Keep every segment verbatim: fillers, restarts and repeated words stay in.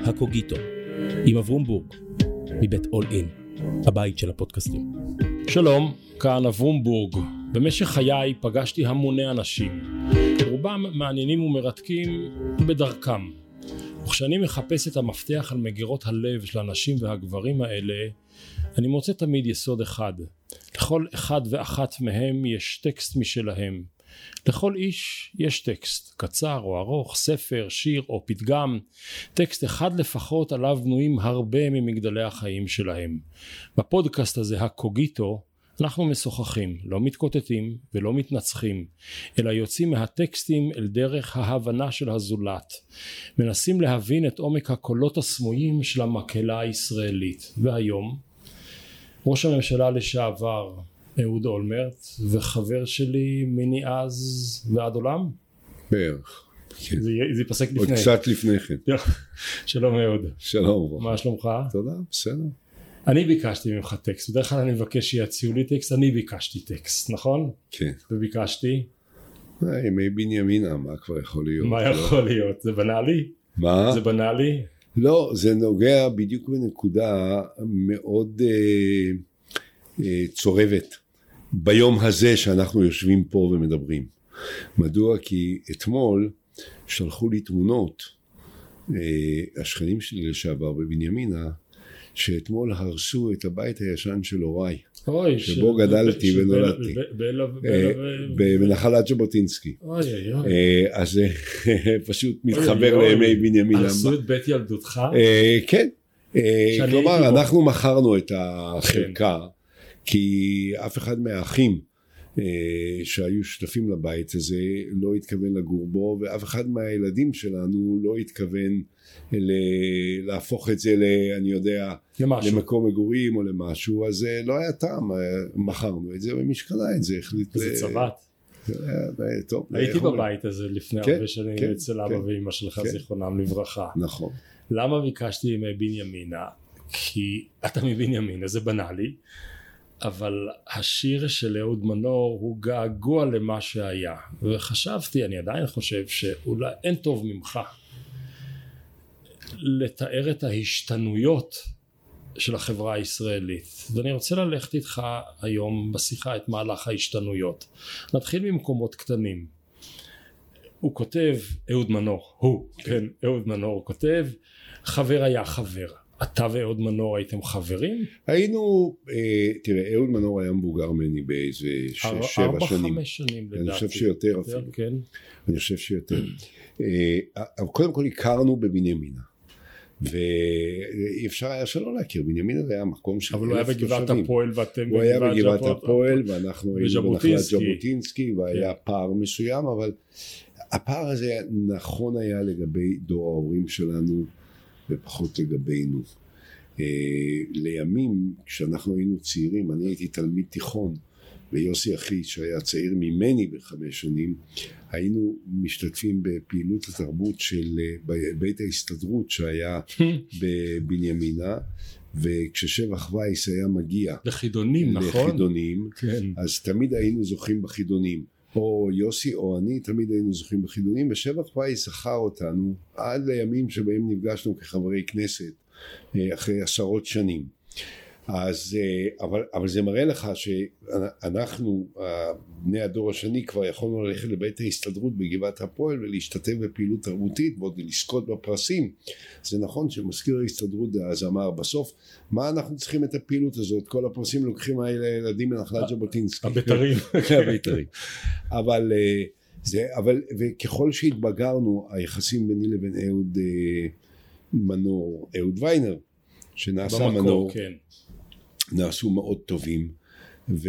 הקוגיטו, עם אברום בורג, מבית אול אין, הבית של הפודקאסטים. שלום, כאן אברום בורג. במשך חיי פגשתי המוני אנשים, רובם מעניינים ומרתקים בדרכם. וכשאני מחפש את המפתח על מגירות הלב של האנשים והגברים האלה, אני מוצא תמיד יסוד אחד. לכל אחד ואחת מהם יש טקסט משלהם. לכל איש יש טקסט, קצר או ארוך, ספר, שיר או פתגם, טקסט אחד לפחות עליו בנויים הרבה ממגדלי החיים שלהם. בפודקאסט הזה, הקוגיטו, אנחנו משוחחים, לא מתקוטטים ולא מתנצחים, אלא יוצאים מהטקסטים אל דרך ההבנה של הזולת. מנסים להבין את עומק הקולות הסמויים של המקהלה הישראלית. והיום, ראש הממשלה לשעבר, אהוד אולמרט, וחבר שלי מני אז ועד עולם? בערך. כן. זה, זה יפסק לפני. עוד קצת לפני כן. שלום אהוד. שלום. מה שלומך? תודה, בסדר. אני ביקשתי ממך טקסט, בדרך כלל אני מבקש שיציעו לי טקסט, אני ביקשתי טקסט, נכון? כן. וביקשתי? ימי בנימינה, מה כבר יכול להיות? מה יכול להיות? זה בנאלי? מה? זה בנאלי? לא, זה נוגע בדיוק בנקודה מאוד אה, אה, צורבת, ביום הזה שאנחנו יושבים פה ומדברים. מדוע? כי אתמול שלחו לי תמונות, אה, השכנים שלי לשעבר בבנימינה, שאתמול הרסו את הבית הישן של הוריי, שבו גדלתי ונולדתי, בנחלת ז'בוטינסקי. אז זה פשוט מתחבר לימי בנימינה. הרסו את בית ילדותך? כן, כלומר אנחנו מכרנו את החלקה, כי אף אחד מהאחים שהיו שותפים לבית הזה לא התכוון לגור בו, ואף אחד מהילדים שלנו לא התכוון להפוך את זה, אני יודע, למקום מגורים או למשהו, אז לא היה טעם, מכרנו את זה ומי שקנה את זה החליט. זה צבט. הייתי בבית הזה לפני הרבה שנים אצל אבא ואמא שלך זיכרונם לברכה. נכון. למה ביקשתי מבנימינה? כי אתה מבנימינה, זה בנאלי, אבל השיר של אהוד מנור הוא געגוע למה שהיה, וחשבתי, אני עדיין חושב שאולי אין טוב ממך לתאר את ההשתנויות של החברה הישראלית, ואני רוצה ללכת איתך היום בשיחה את מהלך ההשתנויות. נתחיל ממקומות קטנים. הוא כותב, אהוד מנור, הוא, כן, אהוד מנור כותב, חבר היה חבר. אתה ואהוד מנור הייתם חברים? היינו, תראה, אהוד מנור היה מבוגר ממני באיזה שבע שנים. ארבע חמש שנים לדעתי. אני חושב שיותר אפילו. אני חושב שיותר. קודם כל הכרנו בבנימינה. ואי אפשר היה שלא להכיר, בנימינה זה היה מקום של אבל הוא היה בגבעת הפועל ואתם הוא היה בגבעת הפועל ואנחנו היינו בנחלת ז'בוטינסקי והיה פער מסוים, אבל הפער הזה נכון היה לגבי דור ההורים שלנו ופחות לגבינו. לימים כשאנחנו היינו צעירים, אני הייתי תלמיד תיכון ויוסי אחי שהיה צעיר ממני בחמש שנים, היינו משתתפים בפעילות התרבות של בית ההסתדרות שהיה בבנימינה, וכששבח וייס היה מגיע לחידונים, נכון? לחידונים, כן. אז תמיד היינו זוכים בחידונים, או יוסי או אני תמיד היינו זוכים בחידונים, ושבח וייס זכר אותנו עד לימים שבהם נפגשנו כחברי כנסת אחרי עשרות שנים. אז אבל אבל זה מראה לך שאנחנו בני הדור השני כבר יכולנו ללכת לבית ההסתדרות בגבעת הפועל ולהשתתף בפעילות תרבותית ועוד לזכות בפרסים. זה נכון שמזכיר ההסתדרות אז אמר בסוף, מה אנחנו צריכים את הפעילות הזאת, כל הפרסים לוקחים האלה ילדים מנחלת ז'בוטינסקי, הבית"רים. הבית"רים. אבל זה אבל וככל שהתבגרנו היחסים ביני לבין אהוד מנור, אהוד ויינר שנעשה מנור, כן. נעשו מאוד טובים ו...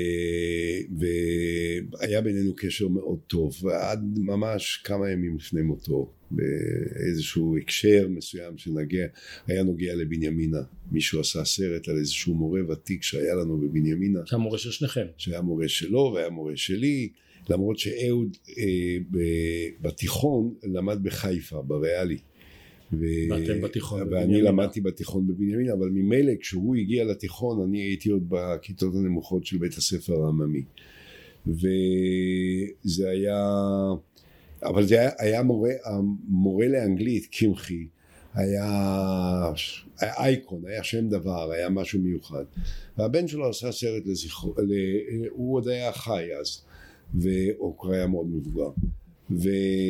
והיה בינינו קשר מאוד טוב ועד ממש כמה ימים לפני מותו באיזשהו הקשר מסוים שנגיע, היה נוגע לבנימינה, מישהו עשה סרט על איזשהו מורה ותיק שהיה לנו בבנימינה, שהיה מורה של שניכם, שהיה מורה שלו והיה מורה שלי, למרות שאהוד אה, בתיכון למד בחיפה בריאלי ו... ואני למדתי בתיכון בבנימינה, אבל ממילא כשהוא הגיע לתיכון אני הייתי עוד בכיתות הנמוכות של בית הספר העממי, וזה היה, אבל זה היה, היה מורה, המורה לאנגלית קמחי היה, היה אייקון, היה שם דבר, היה משהו מיוחד. והבן שלו עשה סרט לזכרו, הוא עוד היה חי אז, והוא כבר היה מאוד מבוגר. ו...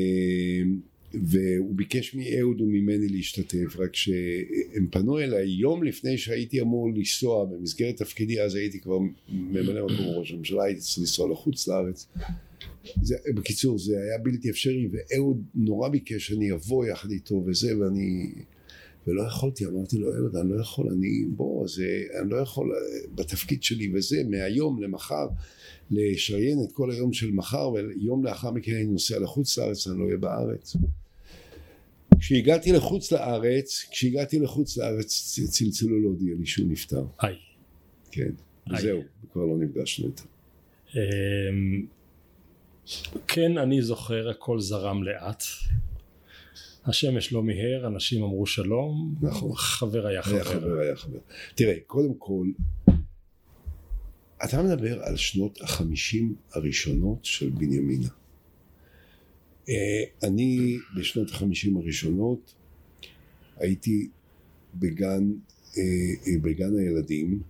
והוא ביקש מאהוד וממני להשתתף, רק שהם פנו אליי יום לפני שהייתי אמור לנסוע במסגרת תפקידי, אז הייתי כבר ממלא מקום ראש הממשלה, הייתי צריך לנסוע לחוץ לארץ. זה, בקיצור זה היה בלתי אפשרי, ואהוד נורא ביקש שאני אבוא יחד איתו וזה, ואני ולא יכולתי, אמרתי לו אהוד אני לא יכול, אני בוא, זה, אני לא יכול בתפקיד שלי וזה, מהיום למחר לשריין את כל היום של מחר, ויום לאחר מכן אני נוסע לחוץ לארץ, אני לא אהיה בארץ. כשהגעתי לחוץ לארץ, כשהגעתי לחוץ לארץ צלצלו להודיע לי שהוא נפטר. היי. כן, וזהו, כבר לא נפגשנו איתו. כן, אני זוכר, הכל זרם לאט. השמש לא מיהר, אנשים אמרו שלום, נכון. חבר היה חבר. היה חבר, היה חבר. תראה, קודם כל, אתה מדבר על שנות החמישים הראשונות של בנימינה. אני בשנות החמישים הראשונות הייתי בגן, בגן הילדים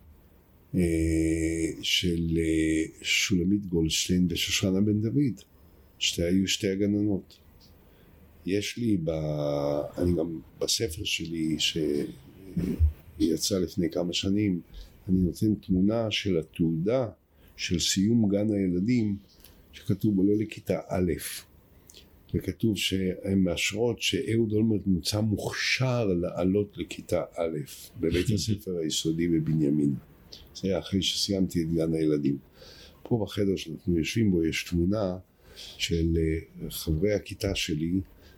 של שולמית גולדשטיין ושושנה בן דוד, שתי היו שתי הגננות. יש לי, ב... אני גם בספר שלי שיצא לפני כמה שנים, אני נותן תמונה של התעודה של סיום גן הילדים שכתוב עולה לכיתה א', וכתוב שהן מאשרות שאהוד אולמרט נמצא מוכשר לעלות לכיתה א' בבית הספר היסודי בבנימינה. זה היה אחרי שסיימתי את גן הילדים. פה בחדר שאנחנו יושבים בו יש תמונה של חברי הכיתה שלי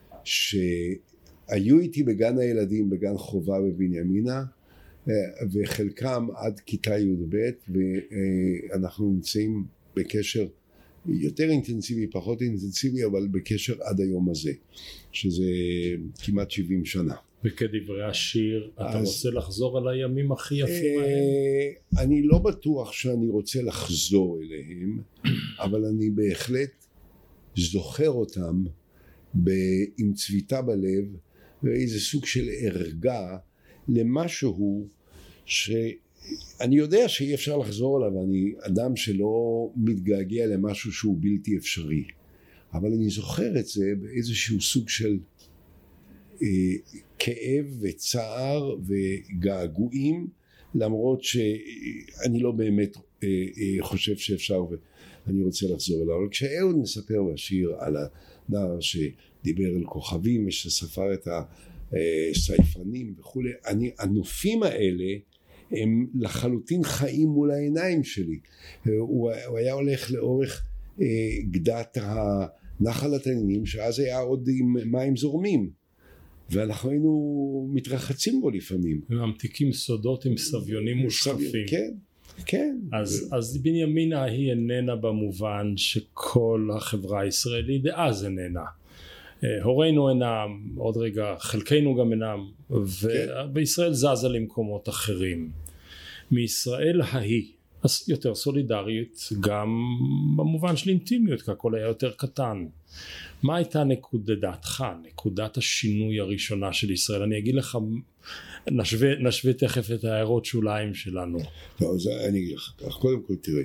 שהיו איתי בגן הילדים בגן חובה בבנימינה, וחלקם עד כיתה י"ב, ואנחנו נמצאים בקשר יותר אינטנסיבי, פחות אינטנסיבי, אבל בקשר עד היום הזה, שזה כמעט שבעים שנה. וכדברי השיר, אתה אז, רוצה לחזור על הימים הכי יפים אה, ההם? אני לא בטוח שאני רוצה לחזור אליהם, אבל אני בהחלט זוכר אותם עם צביטה בלב, ואיזה סוג של ערגה למשהו שאני יודע שאי אפשר לחזור עליו. אני אדם שלא מתגעגע למשהו שהוא בלתי אפשרי, אבל אני זוכר את זה באיזשהו סוג של אה, כאב וצער וגעגועים, למרות שאני לא באמת אה, אה, חושב שאפשר ואני רוצה לחזור אליו. אבל כשאהוד מספר בשיר על הנער שדיבר אל כוכבים ושספר את הסייפנים וכולי, אני, הנופים האלה הם לחלוטין חיים מול העיניים שלי. הוא, הוא היה הולך לאורך אה, גדת הנחל התנינים, שאז היה עוד עם מים זורמים, ואנחנו היינו מתרחצים בו לפעמים. ממתיקים סודות עם סביונים מושקפים. כן, כן. אז, אז בנימינה היא איננה במובן שכל החברה הישראלית דאז איננה. הורינו אינם, עוד רגע חלקנו גם אינם, ובישראל זזה למקומות אחרים. מישראל ההיא, אז יותר סולידריות, גם במובן של אינטימיות, כי הכל היה יותר קטן. מה הייתה נקודתך, נקודת השינוי הראשונה של ישראל? אני אגיד לך, נשווה, נשווה תכף את הערות שוליים שלנו. לא, אז אני אגיד לך כך, קודם כל תראה,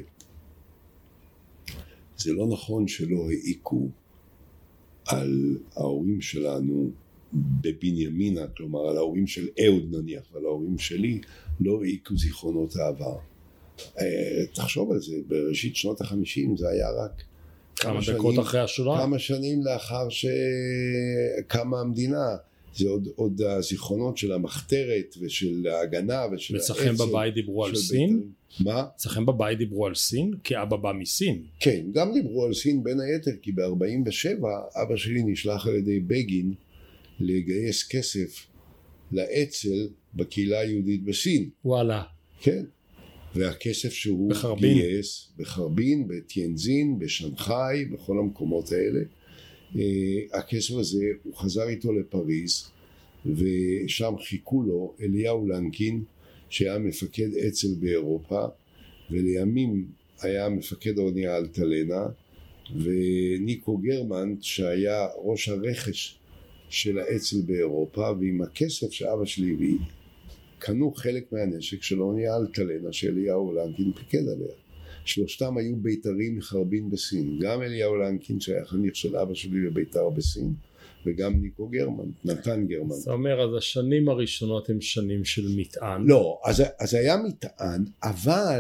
זה לא נכון שלא העיקו על ההורים שלנו בבנימינה, כלומר על ההורים של אהוד נניח, ועל ההורים שלי לא העיקו זיכרונות העבר. תחשוב על זה, בראשית שנות החמישים זה היה רק כמה דקות שנים, אחרי השואה, כמה שנים לאחר שקמה המדינה. זה עוד, עוד הזיכרונות של המחתרת ושל ההגנה ושל העצל. אצלכם בבית דיברו על סין? מה? אצלכם בבית דיברו על סין? כי אבא בא מסין. כן, גם דיברו על סין בין היתר, כי ב-ארבעים ושבע אבא שלי נשלח על ידי בגין לגייס כסף לאצ"ל בקהילה היהודית בסין. וואלה. כן. והכסף שהוא בחרבין. גייס בחרבין, בטיינזין, בשנגחאי, בכל המקומות האלה, הכסף הזה הוא חזר איתו לפריז, ושם חיכו לו אליהו לנקין שהיה מפקד אצ"ל באירופה, ולימים היה מפקד האונייה אלטלנה, וניקו גרמנט שהיה ראש הרכש של האצ"ל באירופה, ועם הכסף שאבא שלי הביא קנו חלק מהנשק של האונייה אלטלנה שאליהו לנקין פיקד עליה. שלושתם היו בית"רים מחרבין בסין, גם אליהו לנקין שהיה חניך של אבא שלי בבית"ר בסין, וגם ניקו גרמן, נתן גרמן. זאת אומרת, אז השנים הראשונות הם שנים של מטען. לא, אז, אז היה מטען, אבל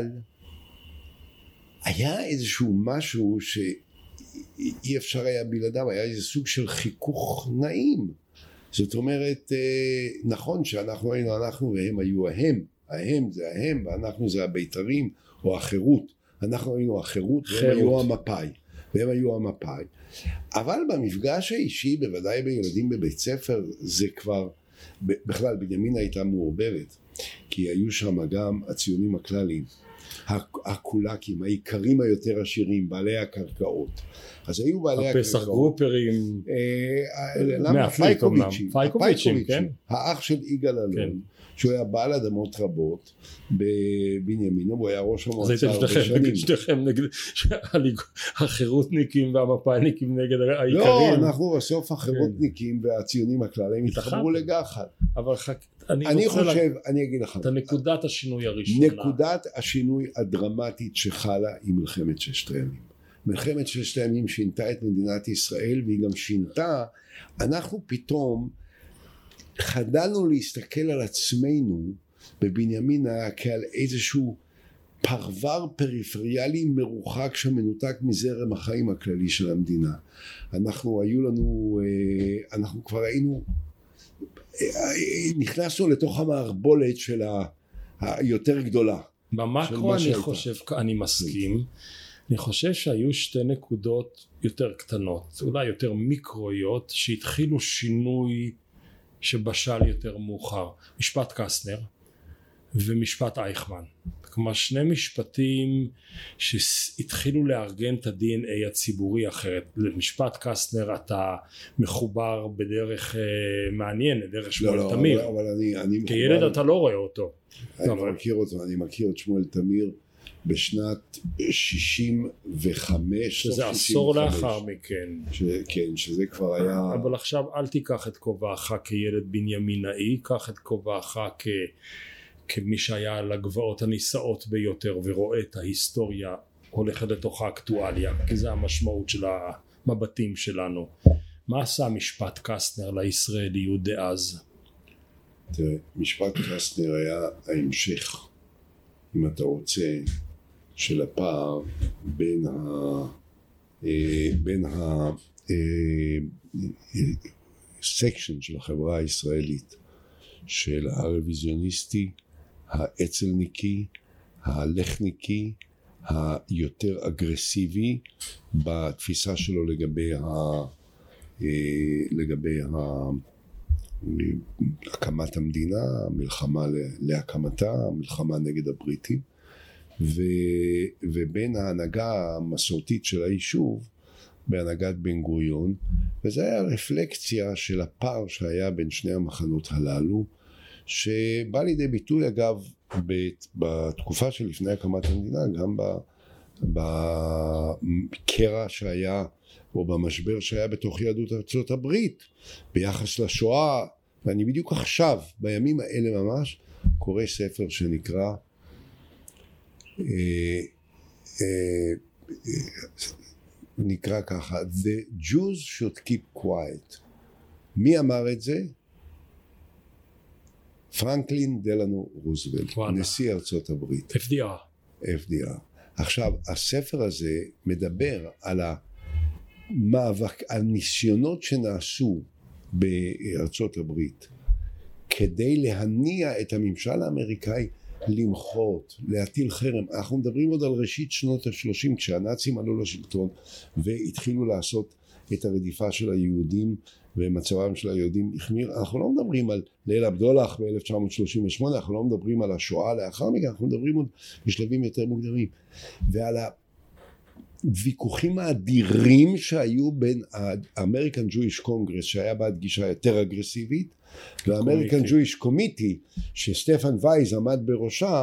היה איזשהו משהו שאי אפשר היה בלעדיו, היה איזה סוג של חיכוך נעים. זאת אומרת, נכון שאנחנו היינו אנחנו והם היו ההם, ההם זה ההם ואנחנו זה הבית"רים או החירות, אנחנו היינו החירות והם היו המפאי, והם היו המפאי. אבל במפגש האישי, בוודאי בילדים בבית ספר, זה כבר, בכלל בנימינה הייתה מעורבבת, כי היו שם גם הציונים הכלליים, הקולקים, העיקרים היותר עשירים, בעלי הקרקעות. אז היו בעלי הקרקעות. הפסח גרופרים. למה? פייקוביצ'ים. פייקוביצ'ים, כן. האח של יגאל אלון, שהוא היה בעל אדמות רבות בבנימינה, והוא היה ראש המועצה הרבה שנים. נגד שניכם, נגד החירותניקים והמפאיניקים נגד העיקרים. לא, אנחנו בסוף החירותניקים והציונים הכלליים התחברו לגחד. אבל אני חושב, אני אגיד לך. את נקודת השינוי הראשונה. נקודת השינוי הדרמטית שחלה היא מלחמת ששת הימים. מלחמת ששת הימים שינתה את מדינת ישראל, והיא גם שינתה, אנחנו פתאום חדלנו להסתכל על עצמנו בבנימינה כעל איזשהו פרבר פריפריאלי מרוחק שמנותק מזרם החיים הכללי של המדינה. אנחנו היו לנו, אנחנו כבר היינו, נכנסנו לתוך המערבולת של היותר גדולה. במקרו אני חושב, אני מסכים, אני חושב שהיו שתי נקודות יותר קטנות, אולי יותר מיקרויות, שהתחילו שינוי שבשל יותר מאוחר. משפט קסטנר ומשפט אייכמן. כלומר שני משפטים שהתחילו לארגן את ה-די אן איי הציבורי אחרת. למשפט קסטנר אתה מחובר בדרך מעניינת, דרך שמואל לא, תמיר. לא, אבל אני, אני כילד מחובר... אתה לא רואה אותו. אני אבל... מכיר אותו, אני מכיר את שמואל תמיר בשנת שישים וחמש. שזה עשור לאחר מכן. ש... כן, שזה כבר היה... אבל עכשיו אל תיקח את כובעך כילד בנימינאי, קח את כובעך כ... כמי שהיה על הגבעות הנישאות ביותר ורואה את ההיסטוריה הולכת לתוך האקטואליה, כי זה המשמעות של המבטים שלנו. מה עשה משפט קסטנר לישראליות דאז? תראה, משפט קסטנר היה ההמשך, אם אתה רוצה, של הפער בין ה... בין ה... סקשן של החברה הישראלית, של הרוויזיוניסטי, האצ"לניקי, הלכניקי, היותר אגרסיבי בתפיסה שלו לגבי ה... לגבי ה... הקמת המדינה, המלחמה להקמתה, המלחמה נגד הבריטים, ו... ובין ההנהגה המסורתית של היישוב בהנהגת בן גוריון, וזה היה רפלקציה של הפער שהיה בין שני המחנות הללו, שבא לידי ביטוי אגב בתקופה שלפני הקמת המדינה, גם בקרע שהיה או במשבר שהיה בתוך יהדות ארצות הברית ביחס לשואה. ואני בדיוק עכשיו בימים האלה ממש קורא ספר שנקרא אה, אה, נקרא ככה The Jews should keep quiet. מי אמר את זה? פרנקלין דלנו רוזוולט, נשיא ארצות הברית. אף די אר. אף די אר. עכשיו הספר הזה מדבר על המאבק, על ניסיונות שנעשו בארצות הברית כדי להניע את הממשל האמריקאי למחות, להטיל חרם. אנחנו מדברים עוד על ראשית שנות ה-שלושים כשהנאצים עלו לשלטון והתחילו לעשות את הרדיפה של היהודים ומצבם של היהודים החמיר. אנחנו לא מדברים על ליל הבדולח ב-אלף תשע מאות שלושים ושמונה, אנחנו לא מדברים על השואה לאחר מכן, אנחנו מדברים עוד בשלבים יותר מוקדמים, ועל הוויכוחים האדירים שהיו בין האמריקן ג'ויש קונגרס שהיה בעד גישה יותר אגרסיבית והאמריקן ג'ויש קומיטי שסטפן וייז עמד בראשה,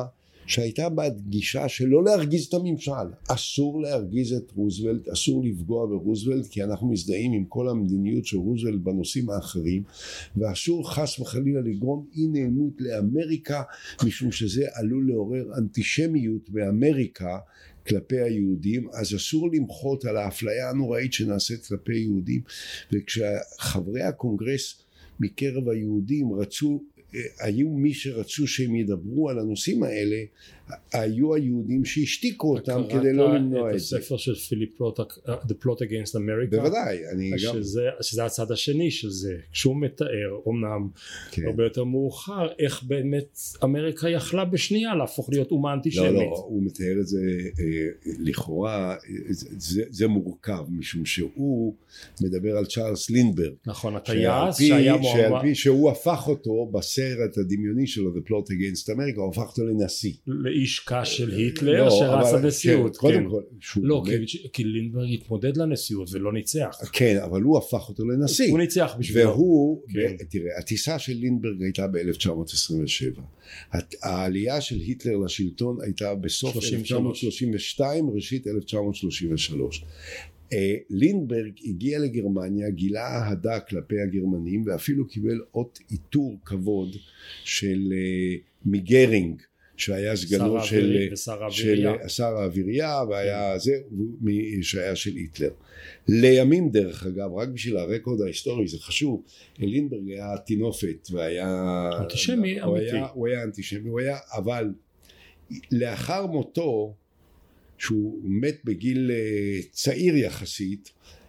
שהייתה בה גישה שלא להרגיז את הממשל. אסור להרגיז את רוזוולט, אסור לפגוע ברוזוולט, כי אנחנו מזדהים עם כל המדיניות של רוזוולט בנושאים האחרים, ואסור חס וחלילה לגרום אי נעימות לאמריקה, משום שזה עלול לעורר אנטישמיות באמריקה כלפי היהודים. אז אסור למחות על האפליה הנוראית שנעשית כלפי יהודים. וכשחברי הקונגרס מקרב היהודים רצו, היו מי שרצו שהם ידברו על הנושאים האלה, היו היהודים שהשתיקו אותם כדי לא למנוע את זה. את הספר של פיליפ פלוט, The Plot Against America, בוודאי, אני גם... שזה, שזה הצד השני של זה, כשהוא מתאר, אומנם כן. הרבה יותר מאוחר, איך באמת אמריקה יכלה בשנייה להפוך להיות אומה אנטישמית. לא, לא, הוא מתאר את זה לכאורה, זה, זה מורכב, משום שהוא מדבר על צ'ארלס לינדברג. נכון, הטייס שהיה מועמד. שעל פי שהוא הפך אותו בסרט הדמיוני שלו, The Plot Against America, הוא הפך אותו לנשיא. לאיש קש של היטלר שרץ לנשיאות. קודם כל. לא, כי לינדברג התמודד לנשיאות ולא ניצח. כן, אבל הוא הפך אותו לנשיא. הוא ניצח בשבילו. והוא, תראה, הטיסה של לינדברג הייתה ב-אלף תשע מאות עשרים ושבע. העלייה של היטלר לשלטון הייתה בסוף אלף תשע מאות שלושים ושתיים, ראשית אלף תשע מאות שלושים ושלוש. לינדברג הגיע לגרמניה, גילה אהדה כלפי הגרמנים, ואפילו קיבל אות עיטור כבוד של מגרינג, שהיה סגנו של, של שר האווירייה, והיה זה שהיה של היטלר. לימים דרך אגב, רק בשביל הרקורד ההיסטורי זה חשוב, לינדברג היה טינופת והיה אנטישמי הוא אמיתי. היה, הוא היה אנטישמי, הוא היה, אבל לאחר מותו, שהוא מת בגיל צעיר יחסית,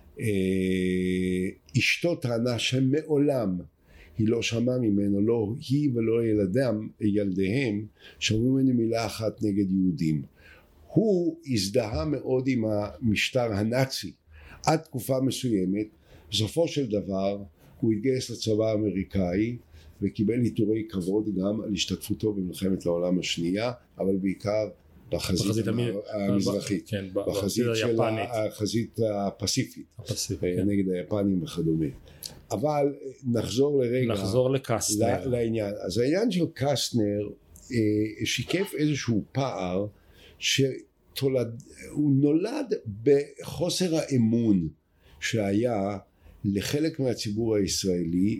אשתו טענה שמעולם היא לא שמעה ממנו, לא היא ולא ילדם, ילדיהם, שמעו ממנו מילה אחת נגד יהודים. הוא הזדהה מאוד עם המשטר הנאצי עד תקופה מסוימת. בסופו של דבר הוא התגייס לצבא האמריקאי וקיבל עיטורי כבוד גם על השתתפותו במלחמת העולם השנייה, אבל בעיקר בחזית, בחזית המזרחית, כן, בחזית של החזית הפסיפית, הפסיפית נגד כן. היפנים וכדומה. אבל נחזור לרגע, נחזור לקסטנר. לעניין. אז העניין של קסטנר אה, שיקף איזשהו פער שתולד, הוא נולד בחוסר האמון שהיה לחלק מהציבור הישראלי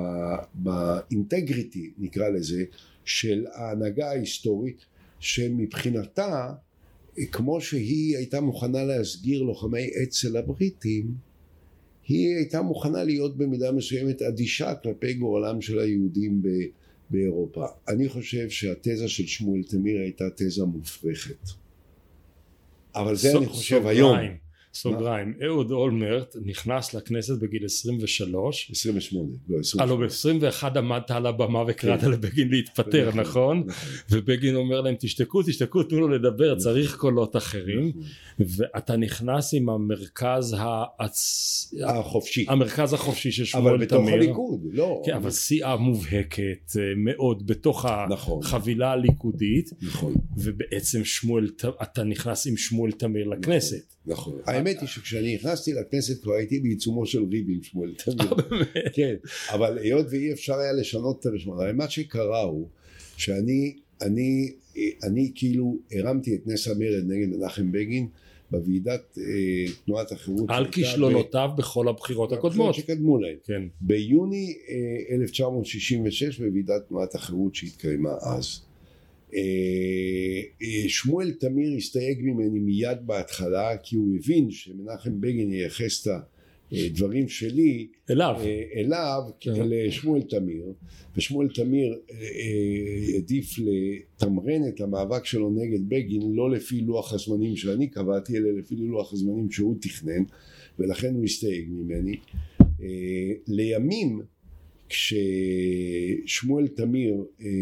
באינטגריטי, נקרא לזה, של ההנהגה ההיסטורית, שמבחינתה, כמו שהיא הייתה מוכנה להסגיר לוחמי אצ"ל הבריטים, היא הייתה מוכנה להיות במידה מסוימת אדישה כלפי גורלם של היהודים באירופה. אני חושב שהתזה של שמואל תמיר הייתה תזה מופרכת. אבל זה אני חושב היום. סוגריים, אהוד אולמרט נכנס לכנסת בגיל עשרים ושלוש. עשרים ושמונה, לא עשרים ושמונה. הלו ב-עשרים ואחת עמדת על הבמה וקראת לבגין להתפטר, נכון? ובגין אומר להם תשתקו, תשתקו, תנו לו לדבר, צריך קולות אחרים. ואתה נכנס עם המרכז החופשי. המרכז החופשי של שמואל תמיר. אבל בתוך הליכוד, לא. כן, אבל סיעה מובהקת מאוד בתוך החבילה הליכודית. נכון. ובעצם שמואל, אתה נכנס עם שמואל תמיר לכנסת. נכון. האמת היא שכשאני נכנסתי לכנסת כבר הייתי בעיצומו של ריב עם שמואל תמיר. כן, אבל היות ואי אפשר היה לשנות את הרשימה, מה שקרה הוא שאני אני, אני כאילו הרמתי את נס המרד נגד מנחם בגין בוועידת אה, תנועת החירות. על כישלונותיו ב... בכל הבחירות הקודמות. שקדמו להם. כן. ביוני אה, אלף תשע מאות שישים ושש בוועידת תנועת החירות שהתקיימה אז. שמואל תמיר הסתייג ממני מיד בהתחלה כי הוא הבין שמנחם בגין ייחס את הדברים שלי אליו, אליו לשמואל תמיר, ושמואל תמיר העדיף לתמרן את המאבק שלו נגד בגין לא לפי לוח הזמנים שאני קבעתי אלא לפי לוח הזמנים שהוא תכנן, ולכן הוא הסתייג ממני. לימים כששמואל תמיר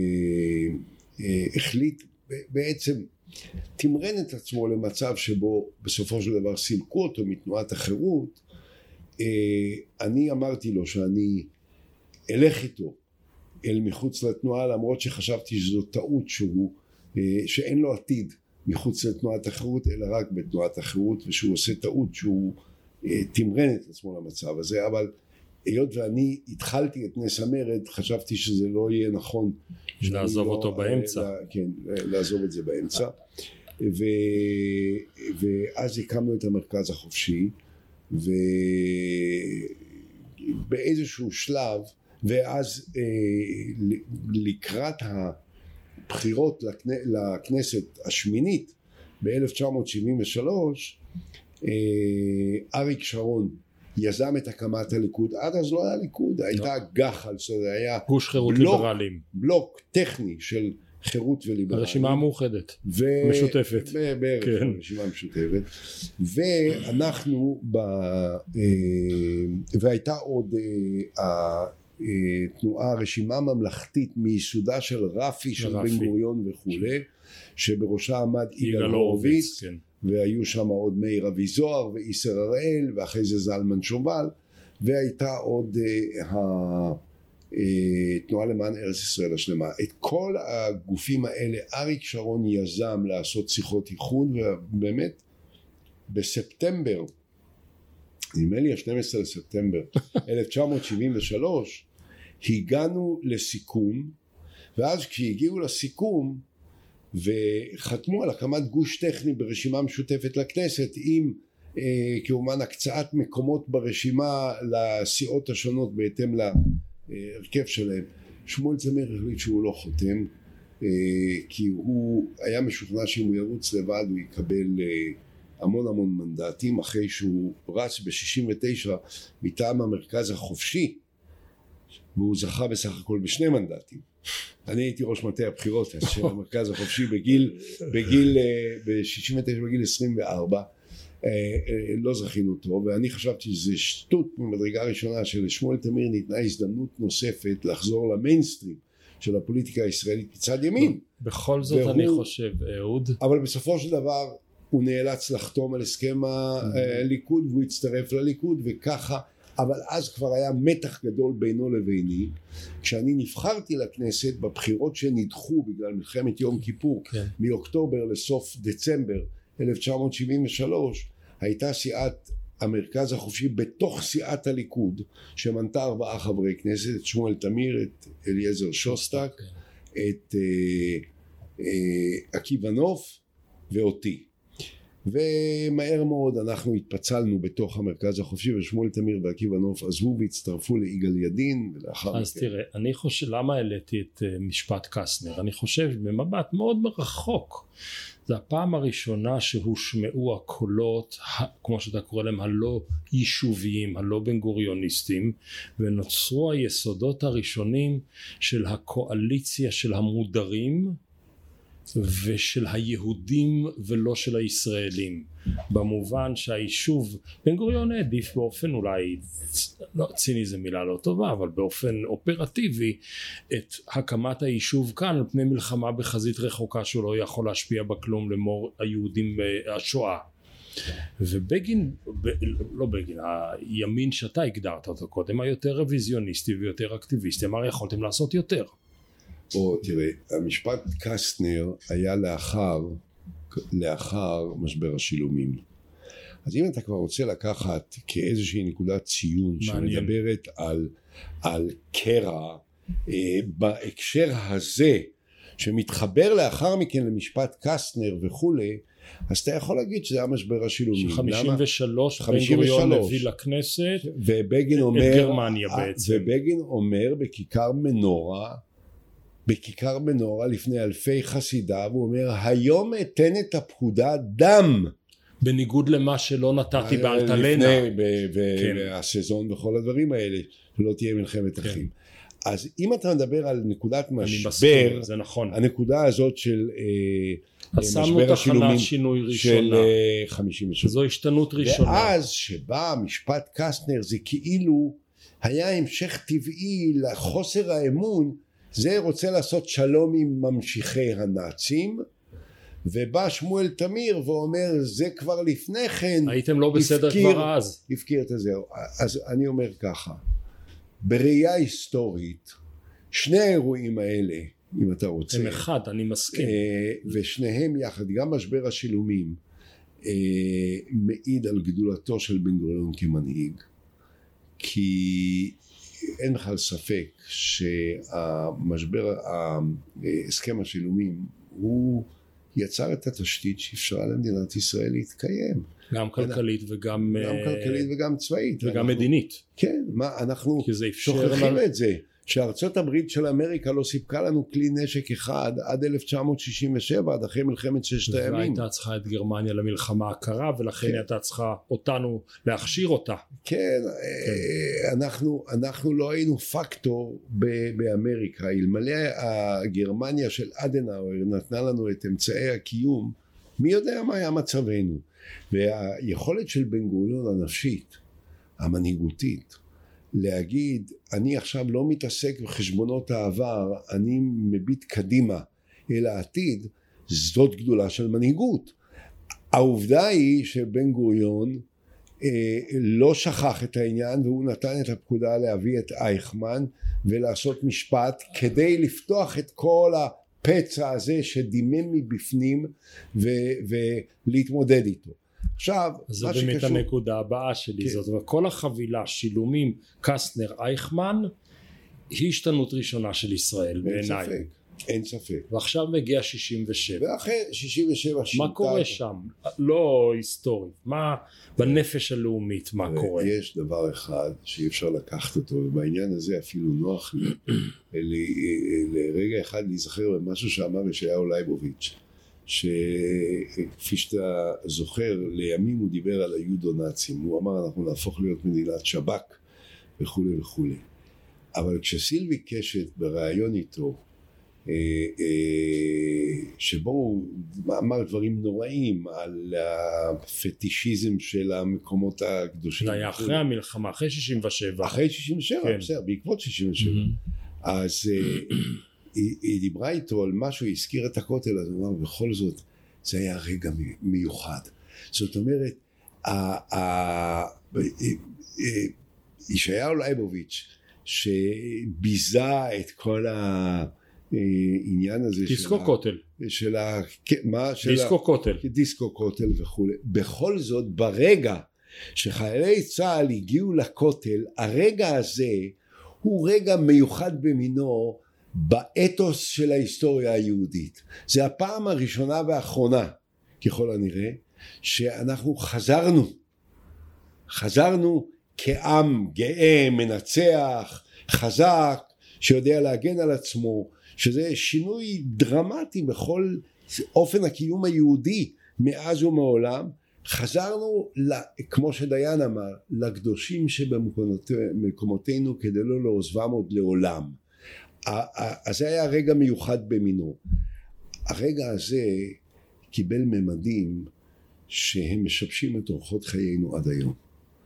החליט בעצם תמרן את עצמו למצב שבו בסופו של דבר סילקו אותו מתנועת החירות, אני אמרתי לו שאני אלך איתו אל מחוץ לתנועה, למרות שחשבתי שזו טעות שהוא, שאין לו עתיד מחוץ לתנועת החירות אלא רק בתנועת החירות, ושהוא עושה טעות שהוא תמרן את עצמו למצב הזה. אבל היות ואני התחלתי את נס המרד, חשבתי שזה לא יהיה נכון לעזוב אותו לא, באמצע. לה, כן, לעזוב את זה באמצע. ו, ואז הקמנו את המרכז החופשי, ובאיזשהו שלב, ואז אה, לקראת הבחירות לכנ, לכנסת השמינית ב-אלף תשע מאות שבעים ושלוש, אה, אריק שרון יזם את הקמת הליכוד. עד אז לא היה ליכוד, לא. הייתה גח"ל, זה היה גוש חירות בלוק, ליברלים, בלוק טכני של חירות וליברלים, הרשימה המאוחדת ו... משותפת, בערך כן. הרשימה המשותפת, ואנחנו ב... והייתה עוד התנועה הרשימה הממלכתית מיסודה של רפי של בן גוריון וכולי, שבראשה עמד יגאל הורוביץ, כן. והיו שם עוד מאיר אבי זוהר ואיסר הראל ואחרי זה זלמן שובל, והייתה עוד ה... תנועה למען ארץ ישראל השלמה. את כל הגופים האלה אריק שרון יזם לעשות שיחות איחוד, ובאמת בספטמבר, נדמה לי ה-שנים עשר לספטמבר אלף תשע מאות שבעים ושלוש, הגענו לסיכום, ואז כשהגיעו לסיכום וחתמו על הקמת גוש טכני ברשימה משותפת לכנסת עם אה, כמובן הקצאת מקומות ברשימה לסיעות השונות בהתאם להרכב שלהם, שמואל זמיר החליט שהוא לא חותם, אה, כי הוא היה משוכנע שאם הוא ירוץ לבד הוא יקבל אה, המון המון מנדטים, אחרי שהוא רץ ב-שישים ותשע מטעם המרכז החופשי והוא זכה בסך הכל בשני מנדטים. אני הייתי ראש מטה הבחירות של המרכז החופשי בגיל, בגיל, ב-שישים ותשע בגיל עשרים וארבע, לא זכינו טוב, ואני חשבתי שזה שטות ממדרגה ראשונה שלשמואל תמיר ניתנה הזדמנות נוספת לחזור למיינסטרים של הפוליטיקה הישראלית מצד ימין. בכל זאת והוא, אני חושב, אהוד. אבל בסופו של דבר הוא נאלץ לחתום על הסכם הליכוד והוא הצטרף לליכוד וככה, אבל אז כבר היה מתח גדול בינו לביני. כשאני נבחרתי לכנסת בבחירות שנדחו בגלל מלחמת יום כיפור, כן. מאוקטובר לסוף דצמבר אלף תשע מאות שבעים ושלוש, הייתה סיעת המרכז החופשי בתוך סיעת הליכוד שמנתה ארבעה חברי כנסת, את שמואל תמיר, את אליעזר שוסטק, כן. את אה, אה, עקיבא נוף ואותי. ומהר מאוד אנחנו התפצלנו בתוך המרכז החופשי, ושמואל תמיר ועקיבא נוף עזבו והצטרפו ליגאל ידין, ולאחר אז מכן... תראה, אני חושב, למה העליתי את uh, משפט קסטנר? אני חושב במבט מאוד מרחוק, זה הפעם הראשונה שהושמעו הקולות, כמו שאתה קורא להם, הלא יישוביים, הלא בן גוריוניסטים, ונוצרו היסודות הראשונים של הקואליציה של המודרים, ושל היהודים ולא של הישראלים, במובן שהיישוב בן גוריון העדיף באופן אולי לא ציני זה מילה לא טובה אבל באופן אופרטיבי את הקמת היישוב כאן על פני מלחמה בחזית רחוקה שהוא לא יכול להשפיע בכלום למור היהודים השואה. ובגין, ב, לא בגין, הימין שאתה הגדרת אותו קודם היותר רוויזיוניסטי ויותר אקטיביסטי, אמר יכולתם לעשות יותר. או תראה, המשפט קסטנר היה לאחר, לאחר משבר השילומים. אז אם אתה כבר רוצה לקחת כאיזושהי נקודת ציון שמדברת על, על קרע, אה, בהקשר הזה, שמתחבר לאחר מכן למשפט קסטנר וכולי, אז אתה יכול להגיד שזה היה משבר השילומים. ש-חמישים ושלוש בן גוריון הביא לכנסת ובגין אומר, את גרמניה בעצם. ובגין אומר בכיכר מנורה, בכיכר מנורה לפני אלפי חסידיו, הוא אומר היום אתן את הפקודה דם, בניגוד למה שלא נתתי באלטלנה והסזון וכל הדברים האלה, שלא תהיה מלחמת אחים. אז אם אתה מדבר על נקודת משבר, זה נכון, הנקודה הזאת של משבר השילומים של חמישים ושלוש, זו השתנות ראשונה, ואז שבא משפט קסטנר זה כאילו היה המשך טבעי לחוסר האמון, זה רוצה לעשות שלום עם ממשיכי הנאצים, ובא שמואל תמיר ואומר זה כבר לפני כן הייתם לא בסדר הפקיר, כבר אז הפקיר את זה. אז אני אומר ככה, בראייה היסטורית שני האירועים האלה אם אתה רוצה הם אחד, אני מסכים, ושניהם יחד, גם משבר השילומים מעיד על גדולתו של בן גוריון כמנהיג, כי אין בכלל ספק שהמשבר, הסכם השילומים, הוא יצר את התשתית שאפשרה למדינת ישראל להתקיים. גם כלכלית וגם... גם כלכלית וגם צבאית. וגם ואנחנו, מדינית. כן, מה, אנחנו שוכחים את זה. שארצות הברית של אמריקה לא סיפקה לנו כלי נשק אחד עד אלף תשע מאות שישים ושבע, עד אחרי מלחמת ששת הימים. והייתה צריכה את גרמניה למלחמה הקרה, ולכן כן. הייתה צריכה אותנו להכשיר אותה. כן, כן. אנחנו, אנחנו לא היינו פקטור באמריקה. אלמלא הגרמניה של אדנאואר נתנה לנו את אמצעי הקיום, מי יודע מה היה מצבנו. והיכולת של בן גוריון הנפשית, המנהיגותית, להגיד אני עכשיו לא מתעסק בחשבונות העבר, אני מביט קדימה אל העתיד, זאת גדולה של מנהיגות. העובדה היא שבן גוריון אה, לא שכח את העניין, והוא נתן את הפקודה להביא את אייכמן ולעשות משפט כדי לפתוח את כל הפצע הזה שדימם מבפנים ו- ולהתמודד איתו. עכשיו, זה באמת שקשור... הנקודה הבאה שלי, כן. זאת אומרת, כל החבילה, שילומים, קסטנר, אייכמן, היא השתנות ראשונה של ישראל בעיניי. אין ספק, אין ספק. ועכשיו מגיע שישים ושבע. ואחרי שישים ושבע שינתה. מה קורה שם? לא היסטורי. מה בנפש הלאומית, מה קורה? יש דבר אחד שאי אפשר לקחת אותו, ובעניין הזה אפילו נוח לי, לרגע אחד להיזכר במשהו שאמר ישעיהו ליבוביץ'. שכפי שאתה זוכר לימים הוא דיבר על היודו-נאצים, הוא אמר אנחנו נהפוך להיות מדינת שב"כ וכו' וכו'. אבל כשסילבי קשת בראיון איתו שבו הוא אמר דברים נוראים על הפטישיזם של המקומות הקדושים, זה היה אחרי המלחמה, אחרי שישים ושבע, אחרי שישים ושבע, בסדר, בעקבות שישים ושבע. אז היא, היא דיברה איתו על משהו, היא הזכיר את הכותל, אז הוא אמר, בכל זאת, זה היה רגע מיוחד. זאת אומרת, ישעיהו ליבוביץ' שביזה את כל העניין הזה, דיסקו קוטל. של ה... מה? דיסקו קוטל. דיסקו קוטל וכו'. בכל זאת, ברגע שחיילי צה"ל הגיעו לכותל, הרגע הזה הוא רגע מיוחד במינו, באתוס של ההיסטוריה היהודית. זה הפעם הראשונה והאחרונה ככל הנראה שאנחנו חזרנו חזרנו כעם גאה, מנצח, חזק, שיודע להגן על עצמו, שזה שינוי דרמטי בכל אופן הקיום היהודי מאז ומעולם. חזרנו, כמו שדיין אמר, לקדושים שבמקומותינו כדי לא לעוזבם עוד לעולם. אז זה היה רגע מיוחד במינו. הרגע הזה קיבל ממדים שהם משבשים את אורחות חיינו עד היום.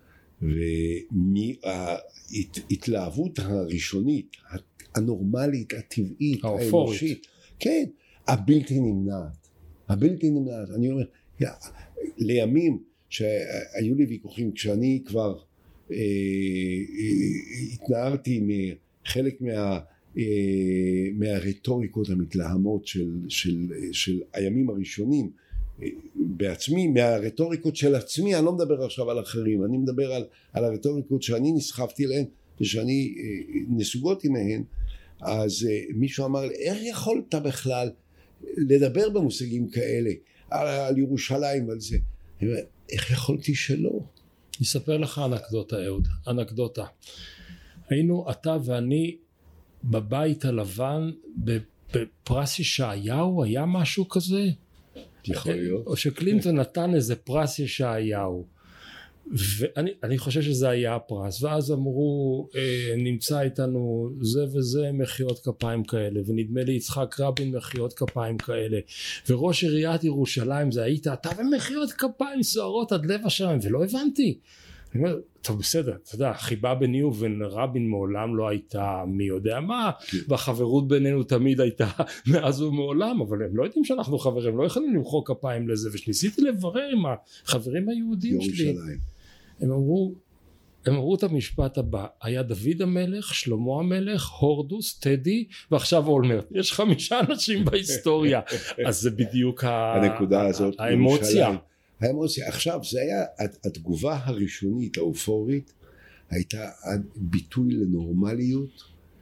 וההתלהבות הראשונית, הנורמלית, הטבעית, האנושית, כן, הבלתי נמנעת, הבלתי נמנעת. אני אומר, לימים שהיו לי ויכוחים, כשאני כבר אה, אה, התנערתי מחלק מה מהרטוריקות המתלהמות של, של, של הימים הראשונים בעצמי, מהרטוריקות של עצמי, אני לא מדבר עכשיו על אחרים, אני מדבר על, על הרטוריקות שאני נסחפתי להן ושאני נסוגותי מהן. אז מישהו אמר לי, איך יכולת בכלל לדבר במושגים כאלה על, על ירושלים, על זה? אני אומר, איך יכולתי שלא? אספר לך אנקדוטה, אהוד, אנקדוטה. היינו אתה ואני בבית הלבן בפרס ישעיהו, היה משהו כזה? יכול להיות. או שקלינטון נתן איזה פרס ישעיהו, ואני אני חושב שזה היה הפרס, ואז אמרו נמצא איתנו זה וזה מחיאות כפיים כאלה, ונדמה לי יצחק רבין מחיאות כפיים כאלה, וראש עיריית ירושלים זה היית אתה, ומחיאות כפיים סוערות עד לב השמיים, ולא הבנתי. אני אומר, טוב בסדר, אתה יודע, חיבה ביני ובין רבין מעולם לא הייתה מי יודע מה, והחברות בינינו תמיד הייתה מאז ומעולם, אבל הם לא יודעים שאנחנו חברים, לא יכולים למחוא כפיים לזה, ושניסיתי לברר עם החברים היהודים שלי, הם אמרו, הם אמרו את המשפט הבא, היה דוד המלך, שלמה המלך, הורדוס, טדי, ועכשיו אולמרט, יש חמישה אנשים בהיסטוריה, אז זה בדיוק הנקודה הזאת, האמוציה. האמוציה. עכשיו זה היה התגובה הראשונית האופורית הייתה ביטוי לנורמליות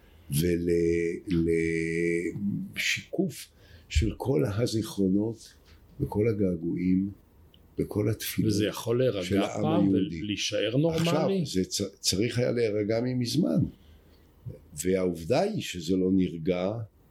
ולשיקוף של כל הזיכרונות וכל הגעגועים וכל התפילות. וזה יכול להירגע פעם ולהישאר נורמלי? עכשיו, זה צריך היה להירגע ממזמן. והעובדה היא שזה לא נרגע,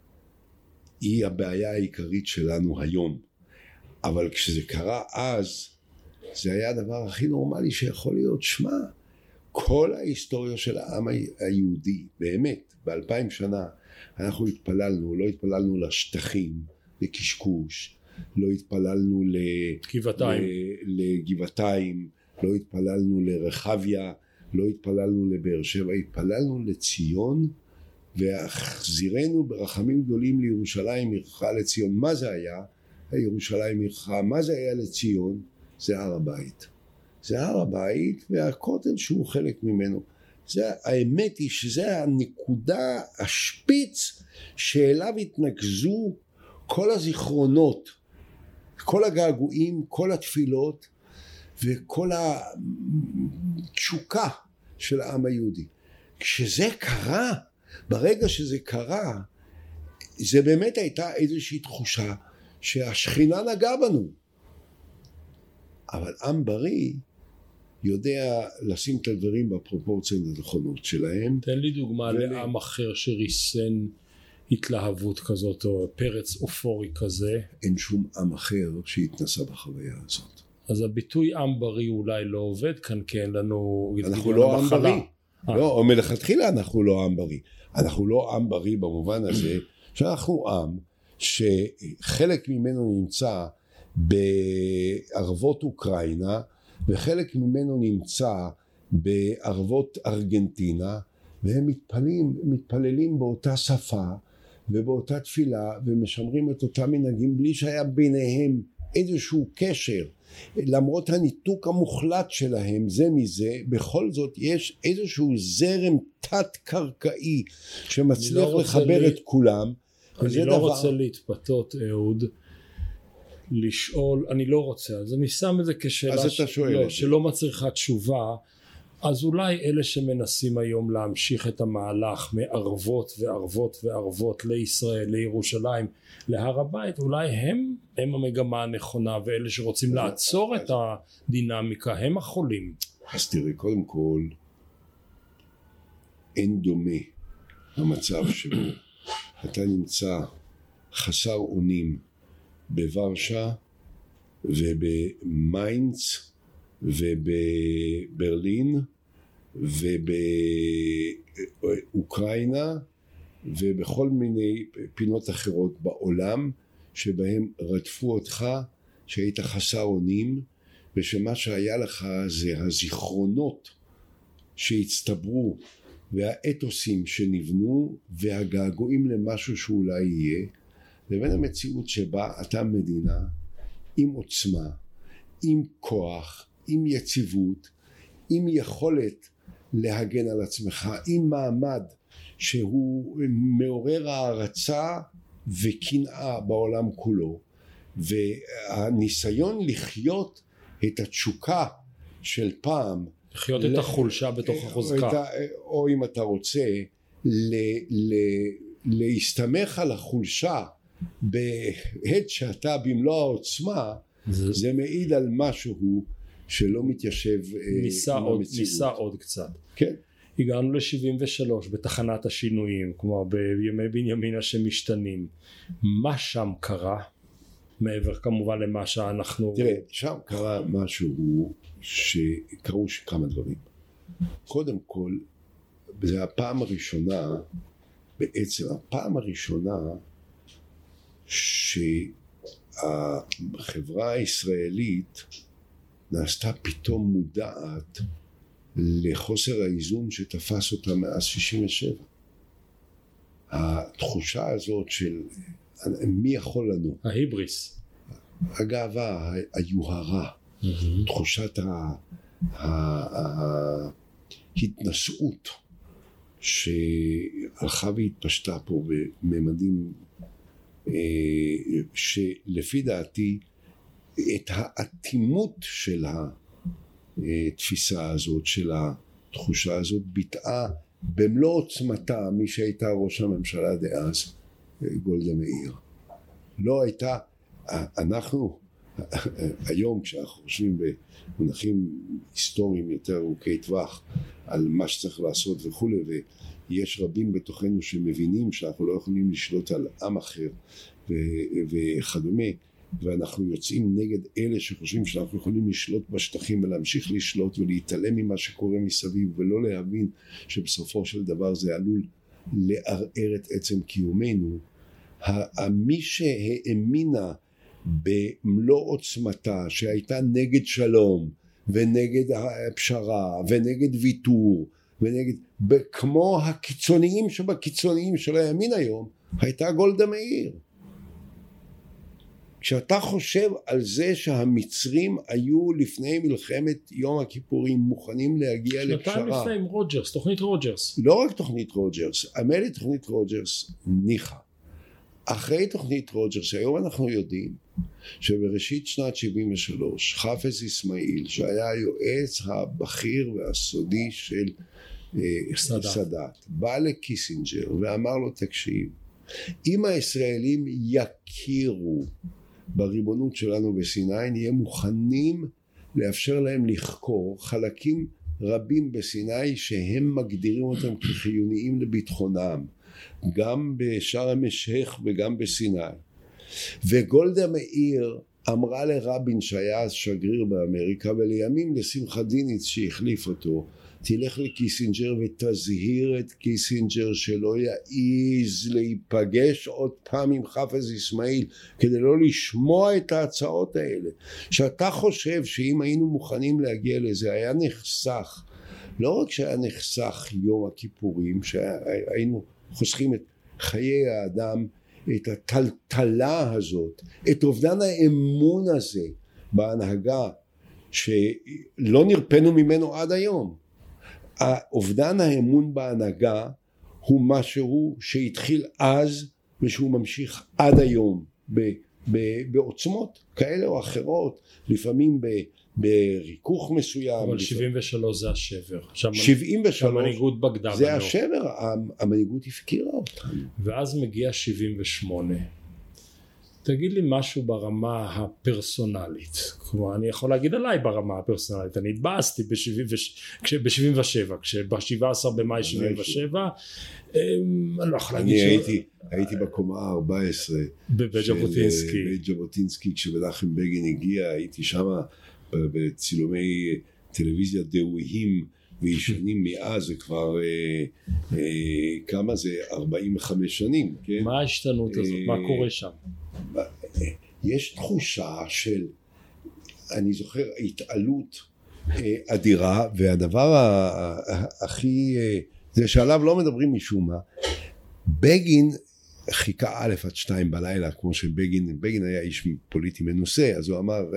היא הבעיה העיקרית שלנו היום. אבל כשזה קרה אז, זה היה הדבר הכי נורמלי שיכול להיות. שמה, כל ההיסטוריה של העם היהודי, באמת, באלפיים שנה, אנחנו התפללנו, לא התפללנו לשטחים, לקשקוש, לא התפללנו לגבעתיים, לגבעתיים, לא התפללנו לרחביה, לא התפללנו לבאר שבע, התפללנו לציון, והחזירנו ברחמים גדולים לירושלים עירך לציון. מה זה היה? ירושלים עירך, מה זה היה לציון? זה הר הבית. זה הר הבית והכותל שהוא חלק ממנו. זה, האמת היא שזה הנקודה, השפיץ שאליו התנקזו כל הזיכרונות, כל הגעגועים, כל התפילות וכל התשוקה של העם היהודי. כשזה קרה, ברגע שזה קרה, זה באמת הייתה איזושהי תחושה שהשכינה נגעה בנו. אבל עם בריא יודע לשים את הדברים בפרופורציות הנכונות שלהם. תן לי דוגמה ו... לעם אחר שריסן התלהבות כזאת או פרץ אופורי כזה. אין שום עם אחר שהתנסה בחוויה הזאת. אז הביטוי עם בריא אולי לא עובד כאן, כי אין לנו... אנחנו לא עם בריא. לא, או מלכתחילה אנחנו לא עם בריא. אנחנו לא עם בריא במובן הזה שאנחנו עם שחלק ממנו נמצא בערבות אוקראינה וחלק ממנו נמצא בערבות ארגנטינה, והם מתפללים, מתפללים באותה שפה ובאותה תפילה ומשמרים את אותם מנהגים בלי שהיה ביניהם איזשהו קשר. למרות הניתוק המוחלט שלהם זה מזה, בכל זאת יש איזשהו זרם תת קרקעי שמצליח לא לחבר לי, את כולם. אני לא דבר... רוצה להתפתות, אהוד, לשאול, אני לא רוצה, אז אני שם את זה כשאלה ש... לא, שלא מצריכה תשובה. אז אולי אלה שמנסים היום להמשיך את המהלך מערבות וערבות וערבות לישראל, לירושלים, להר הבית, אולי הם, הם המגמה הנכונה, ואלה שרוצים לעצור את הדינמיקה הם החולים. אז תראי, קודם כל אין דומה המצב שבו אתה נמצא חסר אונים בוורשה ובמיינץ ובברלין ובאוקראינה ובכל מיני פינות אחרות בעולם שבהם רדפו אותך, שהיית חסר אונים, ושמה שהיה לך זה הזיכרונות שהצטברו והאתוסים שנבנו והגעגועים למשהו שאולי יהיה, לבין המציאות שבה אתה מדינה עם עוצמה, עם כוח, עם יציבות, עם יכולת להגן על עצמך, עם מעמד שהוא מעורר הערצה וקנאה בעולם כולו, והניסיון לחיות את התשוקה של פעם, לחיות ל... את החולשה בתוך החוזקה, או, או אם אתה רוצה ל, ל, להסתמך על החולשה בעת שאתה במלוא העוצמה, זה, זה מעיד על משהו שלא מתיישב ניסה עוד, ניסה עוד קצת. כן. הגענו ל-שבעים ושלוש בתחנת השינויים, כמו בימי בנימינה שמשתנים. מה שם קרה? מעבר כמובן למה שאנחנו... תראה, שם קרה משהו שקרו כמה דברים. קודם כל, זה הפעם הראשונה, בעצם הפעם הראשונה שהחברה הישראלית נעשתה פתאום מודעת לחוסר האיזון שתפס אותה מאז שישים ושבע. התחושה הזאת של מי יכול לנו, ההיבריס, הגאווה, היוהרה, mm-hmm. תחושת ההתנשאות שהלכה והתפשטה פה בממדים שלפי דעתי את האטימות של התפיסה הזאת, של התחושה הזאת ביטאה במלוא עוצמתה מי שהייתה ראש הממשלה דאז, גולדה מאיר. לא הייתה, אנחנו היום כשאנחנו חושבים במונחים היסטוריים יותר ארוכי טווח על מה שצריך לעשות וכו', ויש רבים בתוכנו שמבינים שאנחנו לא יכולים לשלוט על עם אחר וכדומה, ואנחנו יוצאים נגד אלה שחושבים שאנחנו יכולים לשלוט בשטחים ולהמשיך לשלוט ולהתעלם ממה שקורה מסביב ולא להבין שבסופו של דבר זה עלול לערער את עצם קיומנו. מי שהאמינה במלוא עוצמתה שהייתה נגד שלום ונגד הפשרה ונגד ויתור ונגד, כמו הקיצוניים שבקיצוניים של הימין היום, הייתה גולדה מאיר. כשאתה חושב על זה שהמצרים היו לפני מלחמת יום הכיפורים מוכנים להגיע לפשרה, שנתיים לפני עם רוג'רס, תוכנית רוג'רס, לא רק תוכנית רוג'רס, המילא תוכנית רוג'רס ניחה. אחרי תוכנית רוג'רס היום אנחנו יודעים שבראשית שנת שבעים ושלוש חאפז אסמאעיל שהיה היועץ הבכיר והסודי של סאדאת, סאדאת בא לקיסינג'ר ואמר לו, תקשיב, אם הישראלים יכירו בריבונות שלנו בסיני, נהיה מוכנים לאפשר להם לחקור חלקים רבים בסיני שהם מגדירים אותם כחיוניים לביטחונם, גם בשארם א-שייח וגם בסיני. וגולדה מאיר אמרה לרבין שהיה אז שגריר באמריקה, ולימים לשמחה דיניץ שהחליף אותו, תלך לקיסינג'ר ותזהיר את קיסינג'ר שלא יעיז להיפגש עוד פעם עם חאפז אסמאעיל כדי לא לשמוע את ההצעות האלה. שאתה חושב שאם היינו מוכנים להגיע לזה היה נחסך, לא רק שהיה נחסך יום הכיפורים, שהיינו חוסכים את חיי האדם, את הטלטלה הזאת, את אובדן האמון הזה בהנהגה שלא נרפאנו ממנו עד היום. האובדן האמון בהנהגה הוא משהו שהתחיל אז ושהוא ממשיך עד היום ב, ב, בעוצמות כאלה או אחרות, לפעמים ב, בריכוך מסוים. אבל שבעים ושלוש זה השבר. שבעים ושלוש המנהיגות בגדה. זה השבר, המנהיגות הפקירה אותנו. ואז מגיע שבעים ושמונה. תגיד לי משהו ברמה הפרסונלית. כלומר, אני יכול להגיד עליי ברמה הפרסונלית. אני התבאסתי ב-שבעים ושבע, כשב-שבעה עשר במאי שבעים ושבע, אני לא יכול להגיד ש... אני הייתי בקומה ה-ארבע עשרה. בבית ז'בוטינסקי. בבית ז'בוטינסקי, כשמנחם בגין הגיע, הייתי שם בצילומי טלוויזיה דהויים וישנים מאז, זה כבר אה, אה, כמה זה? ארבעים וחמש שנים, כן? מה ההשתנות הזאת? מה קורה שם? יש תחושה של, אני זוכר, התעלות אדירה, והדבר הכי, זה שעליו לא מדברים משום מה, בגין חיכה א' עד שתיים בלילה, כמו שבגין, בגין היה איש פוליטי מנוסה, אז הוא אמר,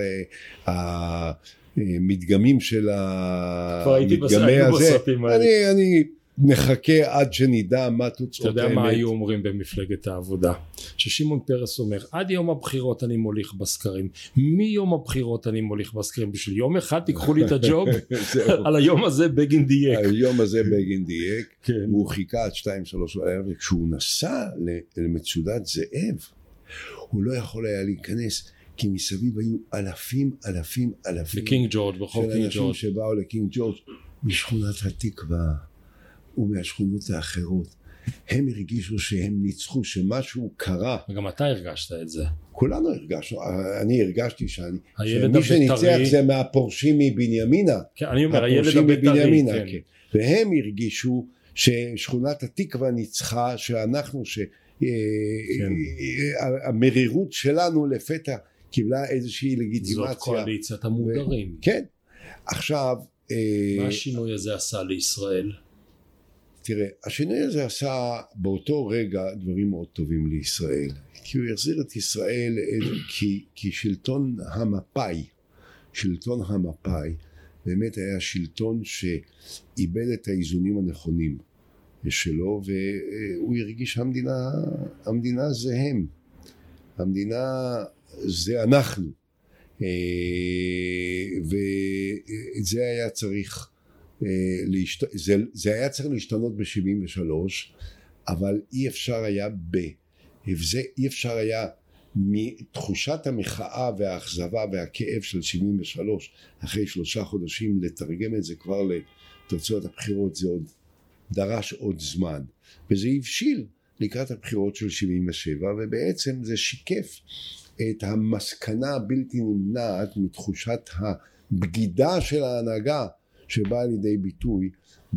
המדגמים של המדגמי הזה, אני, אני, נחכה עד שנדע מה תוצאות האמת. אתה יודע מה היו אומרים במפלגת העבודה? ששימון פרס אומר, עד יום הבחירות אני מוליך בסקרים, מיום הבחירות אני מוליך בסקרים, בשביל יום אחד תיקחו לי את הג'וב. על היום הזה בגין דייק. היום הזה בגין דייק, הוא חיכה עד שתיים שלוש בערב, וכשהוא נסע למצודת זאב, הוא לא יכול היה להיכנס, כי מסביב היו אלפים אלפים אלפים לקינג ג'ורג', ברחוב קינג ג'ורג', של אנשים שבאו לקינג ג'ורג' משכונת התקווה ומהשכונות האחרות. הם הרגישו שהם ניצחו, שמשהו קרה. וגם אתה הרגשת את זה. כולנו הרגשנו, אני הרגשתי שאני, שמי שניצח זה מהפורשים מבנימינה. כן, אני אומר, הילד הבית"רי, כן. כן. והם הרגישו ששכונת התקווה ניצחה, שאנחנו, שהמרירות שלנו לפתע קיבלה איזושהי לגיטימציה. זאת קואליציית המודרים. כן. עכשיו, מה השינוי הזה עשה לישראל? תראה, השינוי הזה עשה באותו רגע דברים מאוד טובים לישראל, כי הוא החזיר את ישראל, כי, כי שלטון המפאי, שלטון המפאי באמת היה שלטון שאיבד את האיזונים הנכונים שלו, והוא הרגיש שהמדינה, המדינה זה הם, המדינה זה אנחנו, ואת זה היה צריך להשת... זה, זה היה צריך להשתנות ב-שבעים ושלוש, אבל אי אפשר היה ב... וזה אי אפשר היה מתחושת המחאה והאכזבה והכאב של שבעים ושלוש אחרי שלושה חודשים לתרגם את זה כבר לתוצאות הבחירות. זה עוד דרש עוד זמן, וזה הבשיל לקראת הבחירות של שבעים ושבע, ובעצם זה שיקף את המסקנה הבלתי נמנעת מתחושת הבגידה של ההנהגה שבאה לידי ביטוי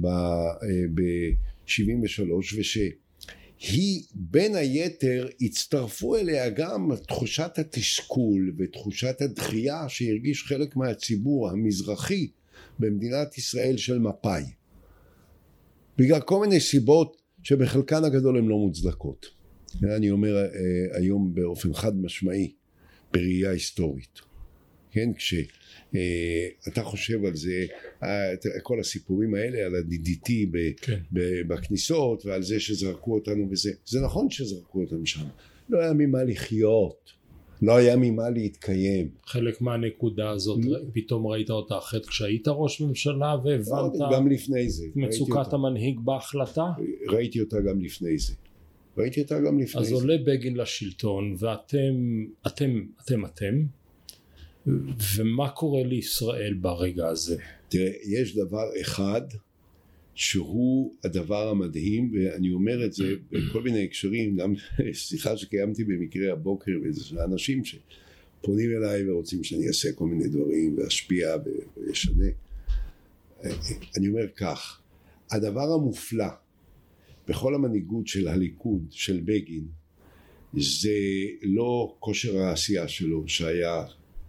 ב-שבעים ושלוש, ושהיא בין היתר הצטרפו אליה גם תחושת התסכול ותחושת הדחייה שהרגיש חלק מהציבור המזרחי במדינת ישראל של מפא"י, בגלל כל מיני סיבות שבחלקן הגדול הן לא מוצדקות. אני אומר היום באופן חד משמעי, בראייה היסטורית. כן, כשאתה חושב על זה, כל הסיפורים האלה על ה-די די טי בכניסות ועל זה שזרקו אותנו וזה, זה נכון שזרקו אותנו שם. לא היה ממה לחיות, לא היה ממה להתקיים. חלק מהנקודה הזאת פתאום ראית אותה אחרת כשהיית ראש ממשלה והבנת גם לפני זה מצוקת המנהיג בהחלטה? ראיתי אותה גם לפני זה. ראיתי אותה גם לפני אז זה. אז עולה בגין לשלטון ואתם, אתם, אתם, אתם, ומה קורה לישראל ברגע הזה? תראה, יש דבר אחד שהוא הדבר המדהים, ואני אומר את זה בכל מיני הקשרים, גם שיחה שקיימתי במקרה הבוקר, וזה אנשים שפונים אליי ורוצים שאני אעשה כל מיני דברים ואשפיע וישנה. אני אומר כך, הדבר המופלא בכל המנהיגות של הליכוד, של בגין, זה לא כושר העשייה שלו שהיה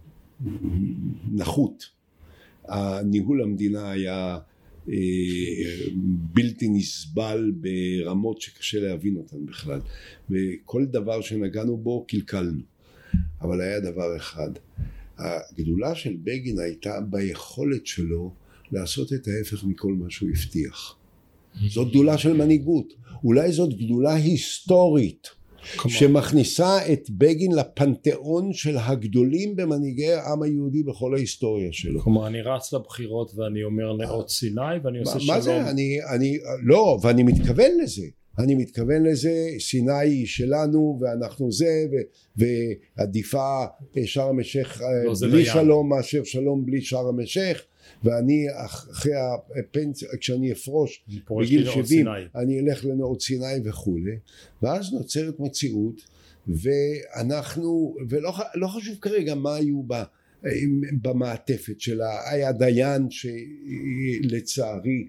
נחות. הניהול המדינה היה בלתי נסבל ברמות שקשה להבין אותן בכלל, וכל דבר שנגענו בו קלקלנו. אבל היה דבר אחד, הגדולה של בגין הייתה ביכולת שלו לעשות את ההפך מכל מה שהוא הבטיח. זאת גדולה של מנהיגות, אולי זאת גדולה היסטורית שמכניסה את בגין לפנתיאון של הגדולים במנהיגי העם היהודי בכל ההיסטוריה שלו. כלומר אני רץ לבחירות ואני אומר נאות סיני ואני עושה שלום. מה זה? אני, אני, לא, ואני מתכוון לזה. אני מתכוון לזה, סיני היא שלנו ואנחנו זה, ו, ועדיפה שארם א-שייח לא, בלי שלום מאשר שלום בלי שארם א-שייח, ואני אחרי הפנסיה, כשאני אפרוש בגיל שבעים, אני אלך לנאות סיני וכו', ואז נוצרת מציאות, ואנחנו, ולא לא חשוב כרגע מה היו בה, במעטפת שלה, היה דיין שלצערי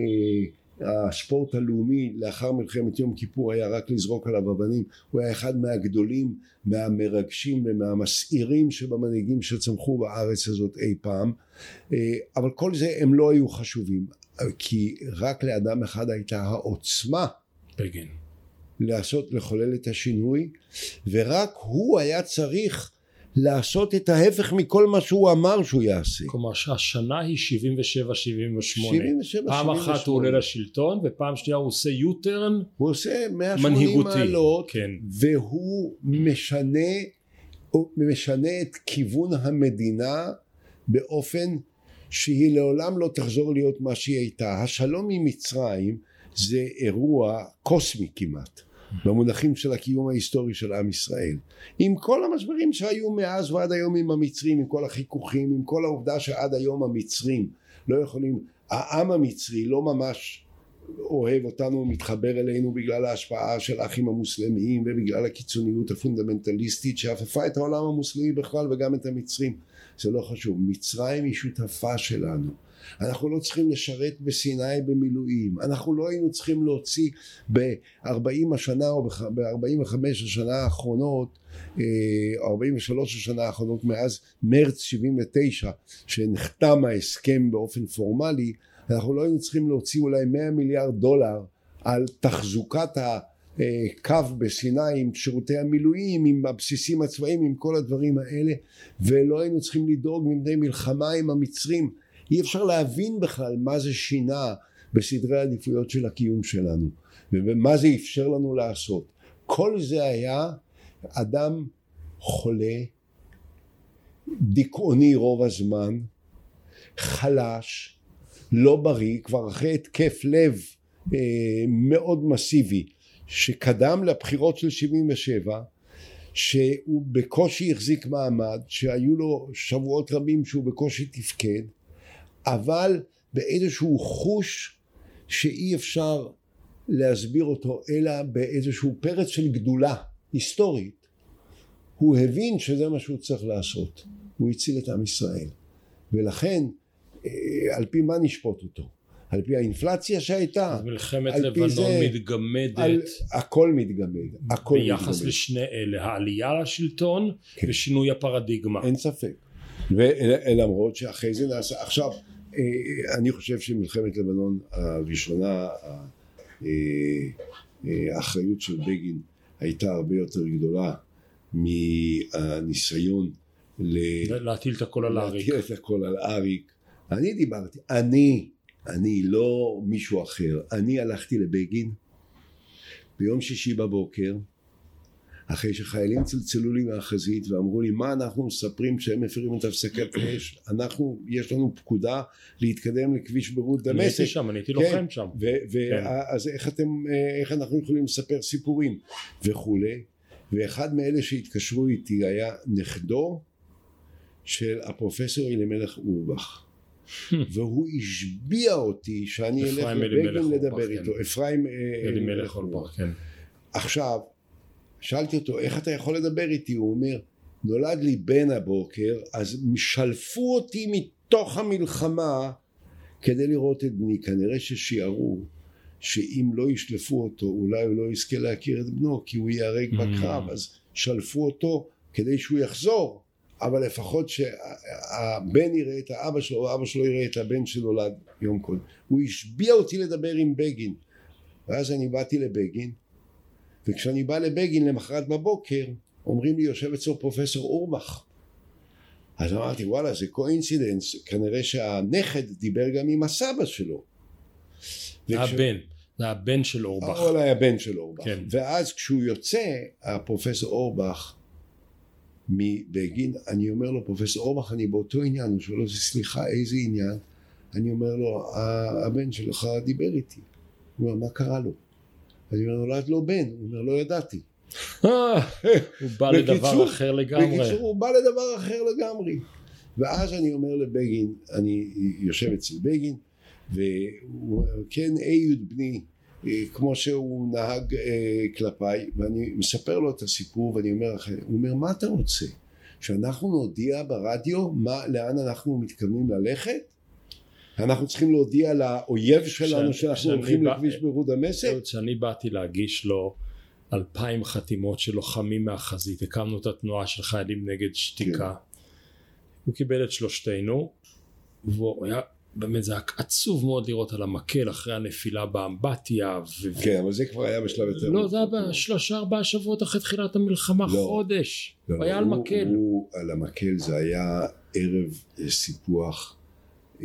הספורט הלאומי לאחר מלחמת יום כיפור היה רק לזרוק עליו אבנים, הוא היה אחד מהגדולים, מהמרגשים ומהמסעירים שבמנהיגים שצמחו בארץ הזאת אי פעם, אבל כל זה הם לא היו חשובים, כי רק לאדם אחד הייתה העוצמה בגין לעשות, לחולל את השינוי, ורק הוא היה צריך לעשות את ההפך מכל מה שהוא אמר שהוא יעשה. כלומר השנה היא שבעים ושבע שבעים ושמונה, פעם אחת הוא עולה לשלטון ופעם שנייה הוא עושה יוטרן, הוא עושה מאה ושמונים מעלות, כן. והוא משנה, הוא משנה את כיוון המדינה באופן שהיא לעולם לא תחזור להיות מה שהיא הייתה. השלום עם מצרים זה אירוע קוסמי כמעט במונחים של הקיום ההיסטורי של עם ישראל, עם כל המשברים שהיו מאז ועד היום עם המצרים, עם כל החיכוכים, עם כל העובדה שעד היום המצרים לא יכולים, העם המצרי לא ממש אוהב אותנו, מתחבר אלינו בגלל ההשפעה של האחים המוסלמיים ובגלל הקיצוניות הפונדמנטליסטית שאפפה את העולם המוסלמי בכלל וגם את המצרים. זה לא חשוב, מצרים היא שותפה שלנו, אנחנו לא צריכים לשרת בסיני במילואים, אנחנו לא היינו צריכים להוציא ב-ארבעים השנה או ב-ארבעים וחמש השנה האחרונות, ארבעים ושלוש השנה האחרונות מאז מרץ שבעים ותשע שנחתם ההסכם באופן פורמלי, אנחנו לא היינו צריכים להוציא אולי מאה מיליארד דולר על תחזוקת הקו בסיני עם שירותי המילואים, עם הבסיסים הצבאיים, עם כל הדברים האלה, ולא היינו צריכים לדאוג מפני מלחמה עם המצרים. אי אפשר להבין בכלל מה זה שינה בסדרי העדיפויות של הקיום שלנו ומה זה אפשר לנו לעשות. כל זה היה אדם חולה, דיכאוני רוב הזמן, חלש, לא בריא, כבר אחרי התקף לב אה, מאוד מסיבי שקדם לבחירות של שבעים ושבע, שהוא בקושי החזיק מעמד, שהיו לו שבועות רבים שהוא בקושי תפקד, אבל באיזשהו חוש שאי אפשר להסביר אותו אלא באיזשהו פרץ של גדולה היסטורית, הוא הבין שזה מה שהוא צריך לעשות. הוא הציל את עם ישראל, ולכן על פי מה נשפוט אותו? על פי האינפלציה שהייתה, מלחמת לבנון מתגמדת, על, הכל מתגמד, הכל ביחס מתגמד. לשני אלה, העלייה לשלטון כן. ושינוי הפרדיגמה. אין ספק. ולמרות שאחרי זה נעשה, עכשיו אני חושב שמלחמת לבנון הראשונה, האחריות של בגין הייתה הרבה יותר גדולה מהניסיון להטיל את הכל על אריק. להטיל את הכל על אריק. אני דיברתי, אני, אני לא מישהו אחר, אני הלכתי לבגין ביום שישי בבוקר, אחרי שחיילים צלצלו לי מהחזית ואמרו לי מה אנחנו מספרים שהם מפרים את הפסקת אש, אנחנו יש לנו פקודה להתקדם לכביש ביירות דמשק. אני הייתי שם, אני הייתי לוחם שם. אז איך אתם, איך אנחנו יכולים לספר סיפורים וכולי. ואחד מאלה שהתקשרו איתי היה נכדו של הפרופסור אלימלך אורבך, והוא השביע אותי שאני אלך לבגין לדבר איתו. אפרים אלימלך אורבך, כן. עכשיו שאלתי אותו איך אתה יכול לדבר איתי? הוא אומר נולד לי בן הבוקר, אז שלפו אותי מתוך המלחמה כדי לראות את בני. כנראה ששיערו שאם לא ישלפו אותו אולי הוא לא יזכה להכיר את בנו כי הוא ייהרג בקרב, אז שלפו אותו כדי שהוא יחזור, אבל לפחות שהבן יראה את האבא שלו או האבא שלו יראה את הבן שנולד יום קודם. הוא השביע אותי לדבר עם בגין, ואז אני באתי לבגין, וכשאני בא לבגין למחרת בבוקר אומרים לי יושב אצלו פרופסור אורבך. אז אמרתי וואלה זה קואינסידנס, כנראה שהנכד דיבר גם עם הסבא שלו. וכש... הבן, זה הבן של אורבך. אולי הבן של אורבך. כן. ואז כשהוא יוצא הפרופסור אורבך מבגין, אני אומר לו פרופסור אורבך אני באותו עניין, הוא שואל לו סליחה איזה עניין? אני אומר לו הבן שלך דיבר איתי. הוא אומר מה קרה לו? אני אומר נולד לו בן, הוא אומר לא ידעתי. הוא בא לדבר אחר לגמרי. בקיצור הוא בא לדבר אחר לגמרי. ואז אני אומר לבגין, אני יושב אצל בגין והוא כן אהוד בני כמו שהוא נהג כלפיי, ואני מספר לו את הסיפור ואני אומר, הוא אומר מה אתה רוצה? שאנחנו נודיע ברדיו מה, לאן אנחנו מתכוונים ללכת? אנחנו צריכים להודיע לאויב שלנו שאנחנו הולכים לכביש ביירות דמשק? כשאני באתי להגיש לו אלפיים חתימות של לוחמים מהחזית, הקמנו את התנועה של חיילים נגד שתיקה, הוא קיבל את שלושתנו והוא היה באמת זה עצוב מאוד לראות על המקל אחרי הנפילה באמבטיה ו... כן אבל זה כבר היה בשלב יותר לא זה היה בשלושה ארבעה שבועות אחרי תחילת המלחמה, לא, חודש לא, הוא היה הוא, על מקל הוא על המקל, זה היה ערב סיפוח אה,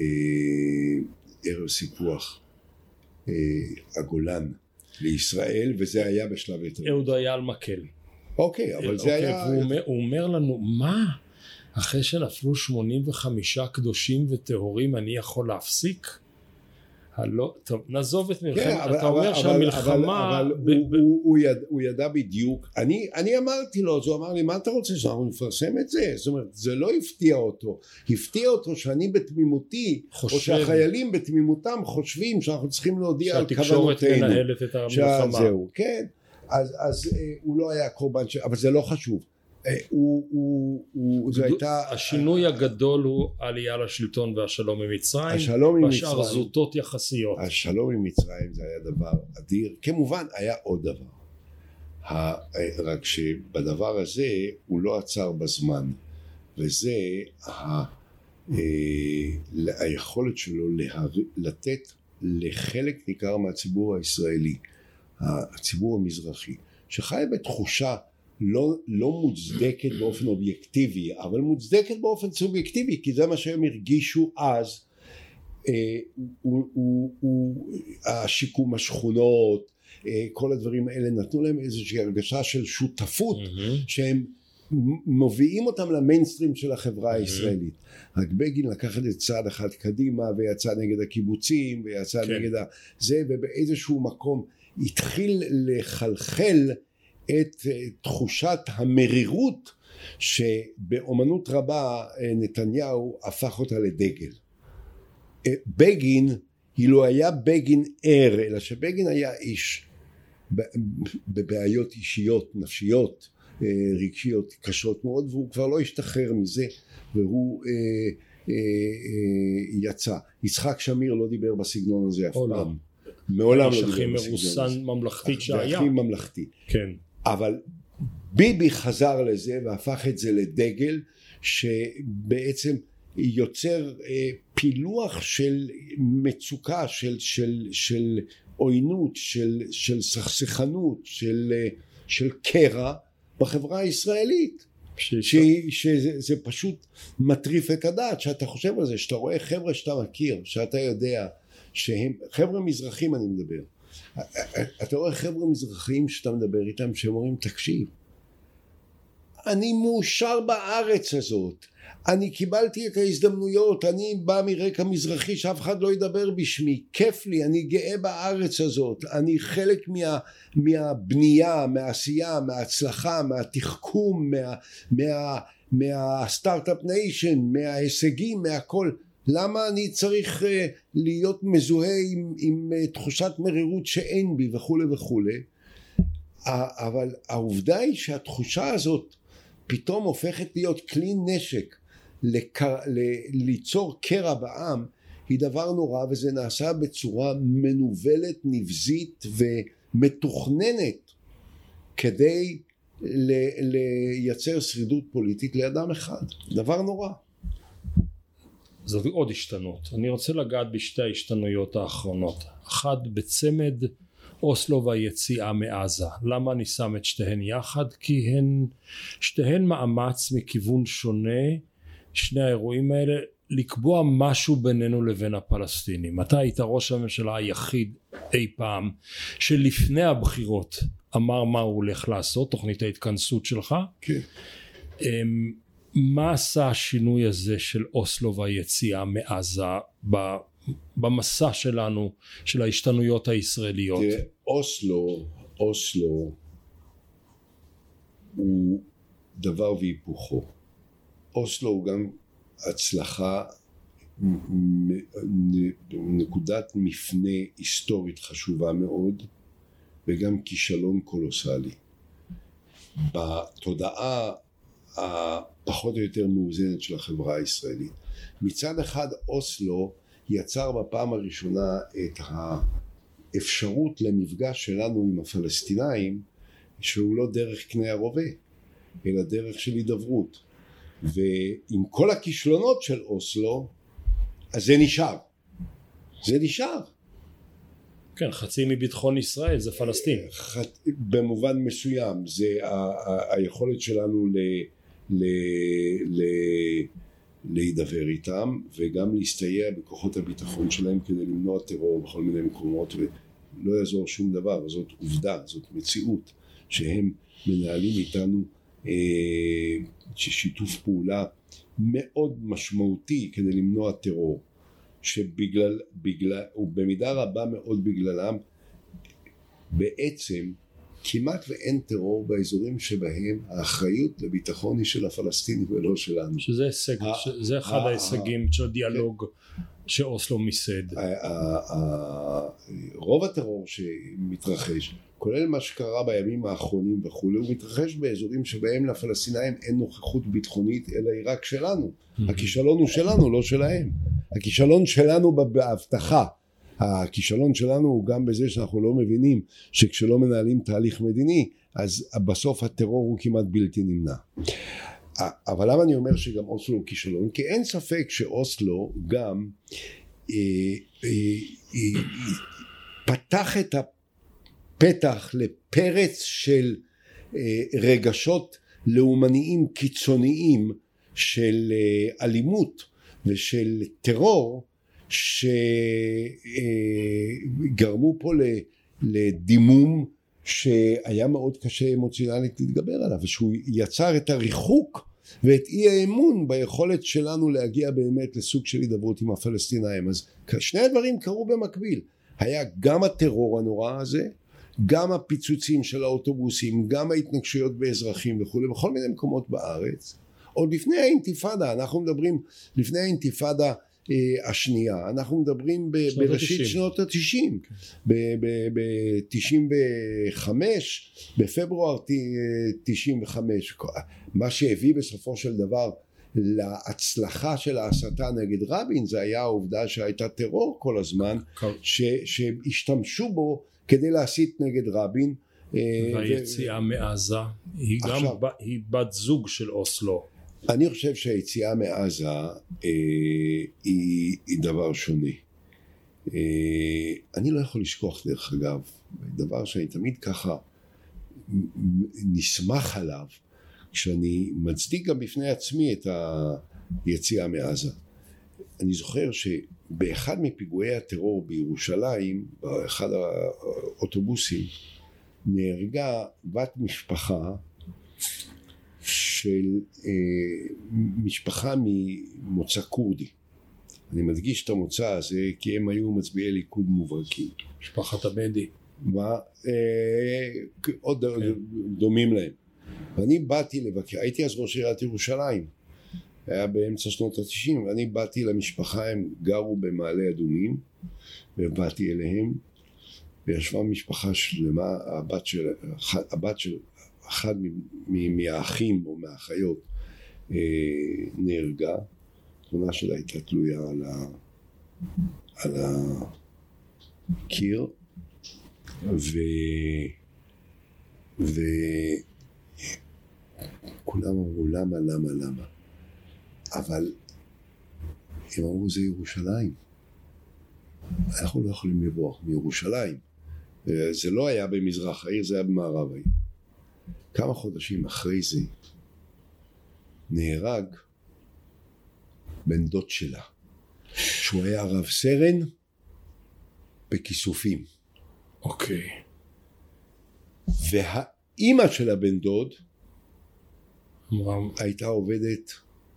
ערב סיפוח אה, הגולן לישראל וזה היה בשלב יותר אהוד היה על מקל אוקיי אבל זה אוקיי, היה והוא אומר, הוא אומר לנו מה אחרי שנפלו שמונים וחמישה קדושים וטהורים אני יכול להפסיק? הלא, טוב, נעזוב את מלחמה, כן, אבל, אתה אומר אבל, שהמלחמה... אבל, אבל ב, הוא, ב... הוא, הוא, יד, הוא ידע בדיוק, אני, אני אמרתי לו, אז הוא אמר לי, מה אתה רוצה שאנחנו נפרסם את זה? זאת אומרת, זה לא הפתיע אותו, הפתיע אותו שאני בתמימותי, חושב... או שהחיילים בתמימותם חושבים שאנחנו צריכים להודיע על כוונותינו. שהתקשורת מנהלת את המלחמה. זהו, כן, אז, אז הוא לא היה קורבן, ש... אבל זה לא חשוב. הוא, הוא, הוא, זה הייתה... השינוי הגדול הוא עלייה לשלטון והשלום עם מצרים, השלום עם והשאר זוטות יחסיות. השלום עם מצרים זה היה דבר אדיר, כמובן היה עוד דבר, רק שבדבר הזה הוא לא עצר בזמן, וזה היכולת שלו לתת לחלק ניכר מהציבור הישראלי, הציבור המזרחי, שחי בתחושה לא, לא מוצדקת באופן אובייקטיבי, אבל מוצדקת באופן סובייקטיבי, כי זה מה שהם הרגישו אז, אה, הוא, הוא, הוא, השיקום השכונות, אה, כל הדברים האלה נתנו להם איזושהי הרגשה של שותפות, mm-hmm. שהם מובילים אותם למיינסטרים של החברה הישראלית. רק בגין לקח את זה צעד אחד קדימה ויצא נגד הקיבוצים ויצא כן. נגד זה, ובאיזשהו מקום התחיל לחלחל את תחושת המרירות שבאומנות רבה נתניהו הפך אותה לדגל. בגין, אילו היה בגין ער, אלא שבגין היה איש בבעיות אישיות, נפשיות, רגשיות קשות מאוד, והוא כבר לא השתחרר מזה, והוא אה, אה, אה, יצא. יצחק שמיר לא דיבר בסגנון הזה אף פעם. מעולם לא דיבר בסגנון הזה. מרוסן ממלכתית שהיה. הכי ממלכתי. כן. אבל ביבי חזר לזה והפך את זה לדגל, שבעצם יוצר אה, פילוח של מצוקה, של, של, של עוינות, של, של סכסכנות, של, של קרע, בחברה הישראלית, שזה פשוט מטריף את הדעת, שאתה חושב על זה, שאתה רואה חבר'ה שאתה מכיר, שאתה יודע שהם, חבר'ה מזרחים אני מדבר, אתה רואה חבר'ה מזרחים שאתה מדבר איתם, שהם אומרים תקשיב, אני מאושר בארץ הזאת, אני קיבלתי את ההזדמנויות, אני בא מרקע מזרחי שאף אחד לא ידבר בשמי, כיף לי, אני גאה בארץ הזאת, אני חלק מה, מהבנייה, מהעשייה, מההצלחה, מהתחכום, מה, מה, מהסטארט-אפ ניישן, מההישגים, מהכל. למה אני צריך uh, להיות מזוהה עם, עם uh, תחושת מרירות שאין בי וכו' וכו'. אבל העובדה היא שהתחושה הזאת פתאום הופכת להיות כלי נשק לקר... ל... ליצור קרע בעם, היא דבר נורא, וזה נעשה בצורה מנובלת, נבזית ומתוכננת כדי ל... לייצר שרידות פוליטית לאדם אחד. דבר נורא. זאת עוד השתנות. אני רוצה לגעת בשתי ההשתנויות האחרונות. אחת בצמד אוסלו והיציאה מעזה. למה אני שם את שתיהן יחד? כי הן שתיהן מאמץ מכיוון שונה, שני האירועים האלה, לקבוע משהו בינינו לבין הפלסטינים. אתה היית ראש הממשלה היחיד אי פעם שלפני הבחירות אמר מה הוא הולך לעשות, תוכנית ההתכנסות שלך. כן. מה עשה השינוי הזה של אוסלו והיציאה מעזה במסע שלנו של ההשתנויות הישראליות? תראה, אוסלו, אוסלו הוא דבר והיפוכו. אוסלו הוא גם הצלחה, נקודת מפנה היסטורית חשובה מאוד, וגם כישלון קולוסלי. בתודעה הפחות או יותר מאוזנת של החברה הישראלית. מצד אחד אוסלו יצר בפעם הראשונה את האפשרות למפגש שלנו עם הפלסטינאים, שהוא לא דרך קנה הרובה, אלא דרך של הידברות. ועם כל הכישלונות של אוסלו, אז זה נשאר. זה נשאר. כן, חצי מביטחון ישראל זה פלסטין. במובן מסוים, זה היכולת שלנו ל... ל... ל... להידבר איתם וגם להסתייע בכוחות הביטחון שלהם כדי למנוע טרור בכל מיני מקומות, ולא יעזור שום דבר. זאת עובדה, זאת מציאות שהם מנהלים איתנו אה, שיתוף פעולה מאוד משמעותי כדי למנוע טרור, שבגלל בגלל, ובמידה רבה מאוד בגללם בעצם כמעט ואין טרור באזורים שבהם האחריות לביטחון היא של הפלסטינים ולא שלנו. שזה הישג, זה אחד ההישגים של הדיאלוג שאוסלו מיסד. רוב הטרור שמתרחש, כולל מה שקרה בימים האחרונים וכולי, הוא מתרחש באזורים שבהם לפלסטינאים אין נוכחות ביטחונית אלא היא רק שלנו. הכישלון הוא שלנו, לא שלהם. הכישלון שלנו בהבטחה. הכישלון שלנו הוא גם בזה שאנחנו לא מבינים שכשלא מנהלים תהליך מדיני אז בסוף הטרור הוא כמעט בלתי נמנע. אבל למה אני אומר שגם אוסלו הוא כישלון? כי אין ספק שאוסלו גם אה, אה, אה, פתח את הפתח לפרץ של אה, רגשות לאומניים קיצוניים של אה, אלימות ושל טרור שגרמו פה לדימום שהיה מאוד קשה אמוציונלית להתגבר עליו, ושהוא יצר את הריחוק ואת אי האמון ביכולת שלנו להגיע באמת לסוג של הידברות עם הפלסטינאים. אז שני הדברים קרו במקביל, היה גם הטרור הנורא הזה, גם הפיצוצים של האוטובוסים, גם ההתנגשויות באזרחים וכו' בכל מיני מקומות בארץ. עוד לפני האינתיפאדה, אנחנו מדברים לפני האינתיפאדה אה, השנייה, אנחנו מדברים ב- בראשית ה-תשעים. שנות ה-תשעים, okay. ב-תשעים וחמש, בפברואר תשעים וחמש, מה שהביא בסופו של דבר להצלחה של ההסתה נגד רבין, זה היה העובדה שהייתה טרור כל הזמן, okay. ש- שהשתמשו בו כדי להסית נגד רבין. והיציאה ו... מעזה היא עכשיו, גם ב... היא בת זוג של אוסלו. אני חושב שהיציאה מעזה אה, היא, היא דבר שונה. אה, אני לא יכול לשכוח דרך אגב, דבר שאני תמיד ככה נשמח עליו, כשאני מצדיק גם בפני עצמי את היציאה מעזה. אני זוכר שבאחד מפיגועי הטרור בירושלים, באחד האוטובוסים, נהרגה בת משפחה של אה, משפחה ממוצא קורדי. אני מדגיש את המוצא הזה כי הם היו מצביעי ליכוד מובהקים. משפחת הבדי. מה? אה, עוד כן. דומים להם. ואני באתי לבקר, הייתי אז ראש עיריית ירושלים, היה באמצע שנות ה-תשעים, ואני באתי למשפחה, הם גרו במעלה אדומים, ובאתי אליהם, וישבה משפחה שלמה, הבת של, הבת של אחד מהאחים או מהאחיות נהרגה, תמונה שלה הייתה תלויה על, ה, על הקיר, ו... ו... כולם אמרו למה, למה, למה, אבל הם אמרו זה ירושלים, אנחנו לא יכולים לברוח מירושלים. זה לא היה במזרח העיר, זה היה במערב העיר. כמה חודשים אחרי זה נהרג בן דוד שלה, שהוא היה רב סרן בכיסופים. אוקיי. והאימא של הבן דוד הייתה עובדת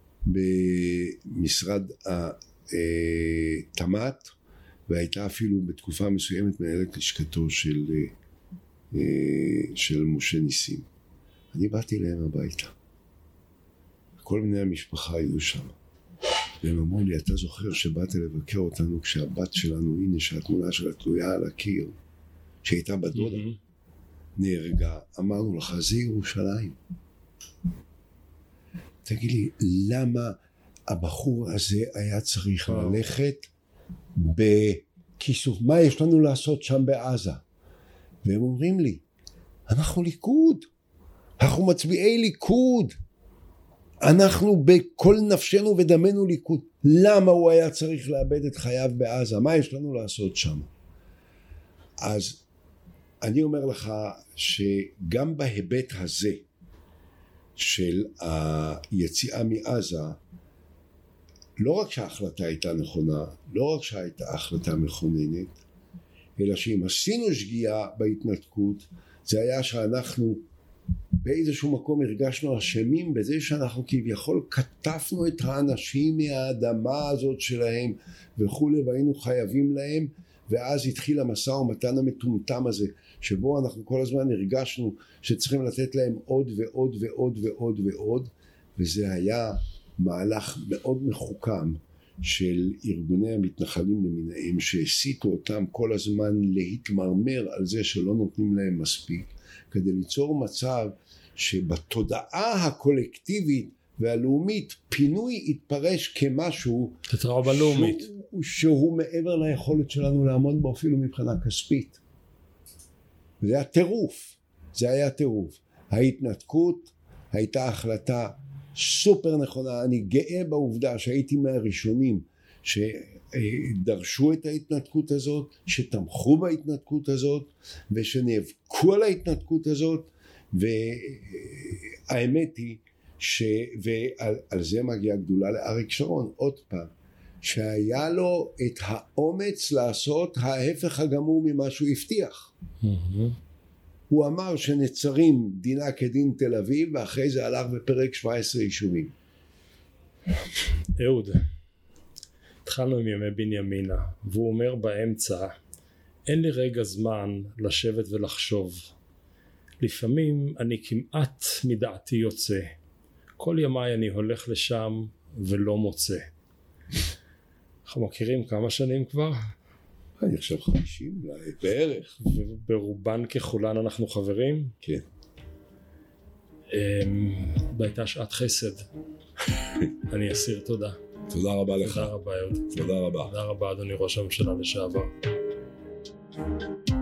במשרד התמ"ת, והייתה אפילו בתקופה מסוימת מנהלת לשכתו של, של משה ניסים. אני באתי אליהם הביתה. כל בני המשפחה היו שם. והם אמרו לי, אתה זוכר שבאת לבקר אותנו כשהבת שלנו, הנה שהתמונה שלה תלויה על הקיר, שהייתה בדודה, mm-hmm. נהרגה. אמרנו לך, זה ירושלים. תגיד לי, למה הבחור הזה היה צריך ללכת בכיסוף? מה יש לנו לעשות שם בעזה? והם אומרים לי, אנחנו ליכוד, אנחנו מצביעי ליכוד, אנחנו בכל נפשנו ודמנו ליכוד. למה הוא היה צריך לאבד את חייו בעזה? מה יש לנו לעשות שם? אז אני אומר לך שגם בהיבט הזה של היציאה מעזה, לא רק שההחלטה הייתה נכונה, לא רק שהייתה החלטה מכוננת, אלא שאם עשינו שגיאה בהתנתקות, זה היה שאנחנו באיזשהו מקום הרגשנו אשמים בזה שאנחנו כביכול כתפנו את האנשים מהאדמה הזאת שלהם וכו', והיינו חייבים להם, ואז התחיל המשא ומתן המטומטם הזה, שבו אנחנו כל הזמן הרגשנו שצריכים לתת להם עוד ועוד ועוד ועוד ועוד, וזה היה מהלך מאוד מחוכם של ארגוני המתנחלים למיניהם, שהסיתו אותם כל הזמן להתמרמר על זה שלא נותנים להם מספיק, כדי ליצור מצב שבתודעה הקולקטיבית והלאומית פינוי יתפרש כמשהו שהוא, שהוא מעבר ליכולת שלנו לעמוד בו אפילו מבחינה כספית. זה היה טירוף, זה היה טירוף. ההתנתקות הייתה החלטה סופר נכונה. אני גאה בעובדה שהייתי מהראשונים שדרשו את ההתנתקות הזאת, שתמכו בהתנתקות הזאת ושנאבקו על ההתנתקות הזאת, והאמת היא ש... ועל על זה מגיעה גדולה לאריק שרון, עוד פעם, שהיה לו את האומץ לעשות ההפך הגמור ממה שהוא הבטיח. הוא אמר שנצרים דינה כדין תל אביב, ואחרי זה הלך בפרק שבע עשרה יישובים. אהוד, התחלנו עם ימי בנימינה, והוא אומר באמצע, אין לי רגע זמן לשבת ולחשוב. לפעמים אני כמעט מדעתי יוצא. כל ימיי אני הולך לשם ולא מוצא. אנחנו מכירים כמה שנים כבר? אני חושב חמישים בערך. וברובן ככולן אנחנו חברים? כן. והייתה שעת חסד. אני אסיר תודה. תודה רבה לך. תודה רבה, אהוד. תודה רבה. תודה רבה, אדוני ראש הממשלה לשעבר.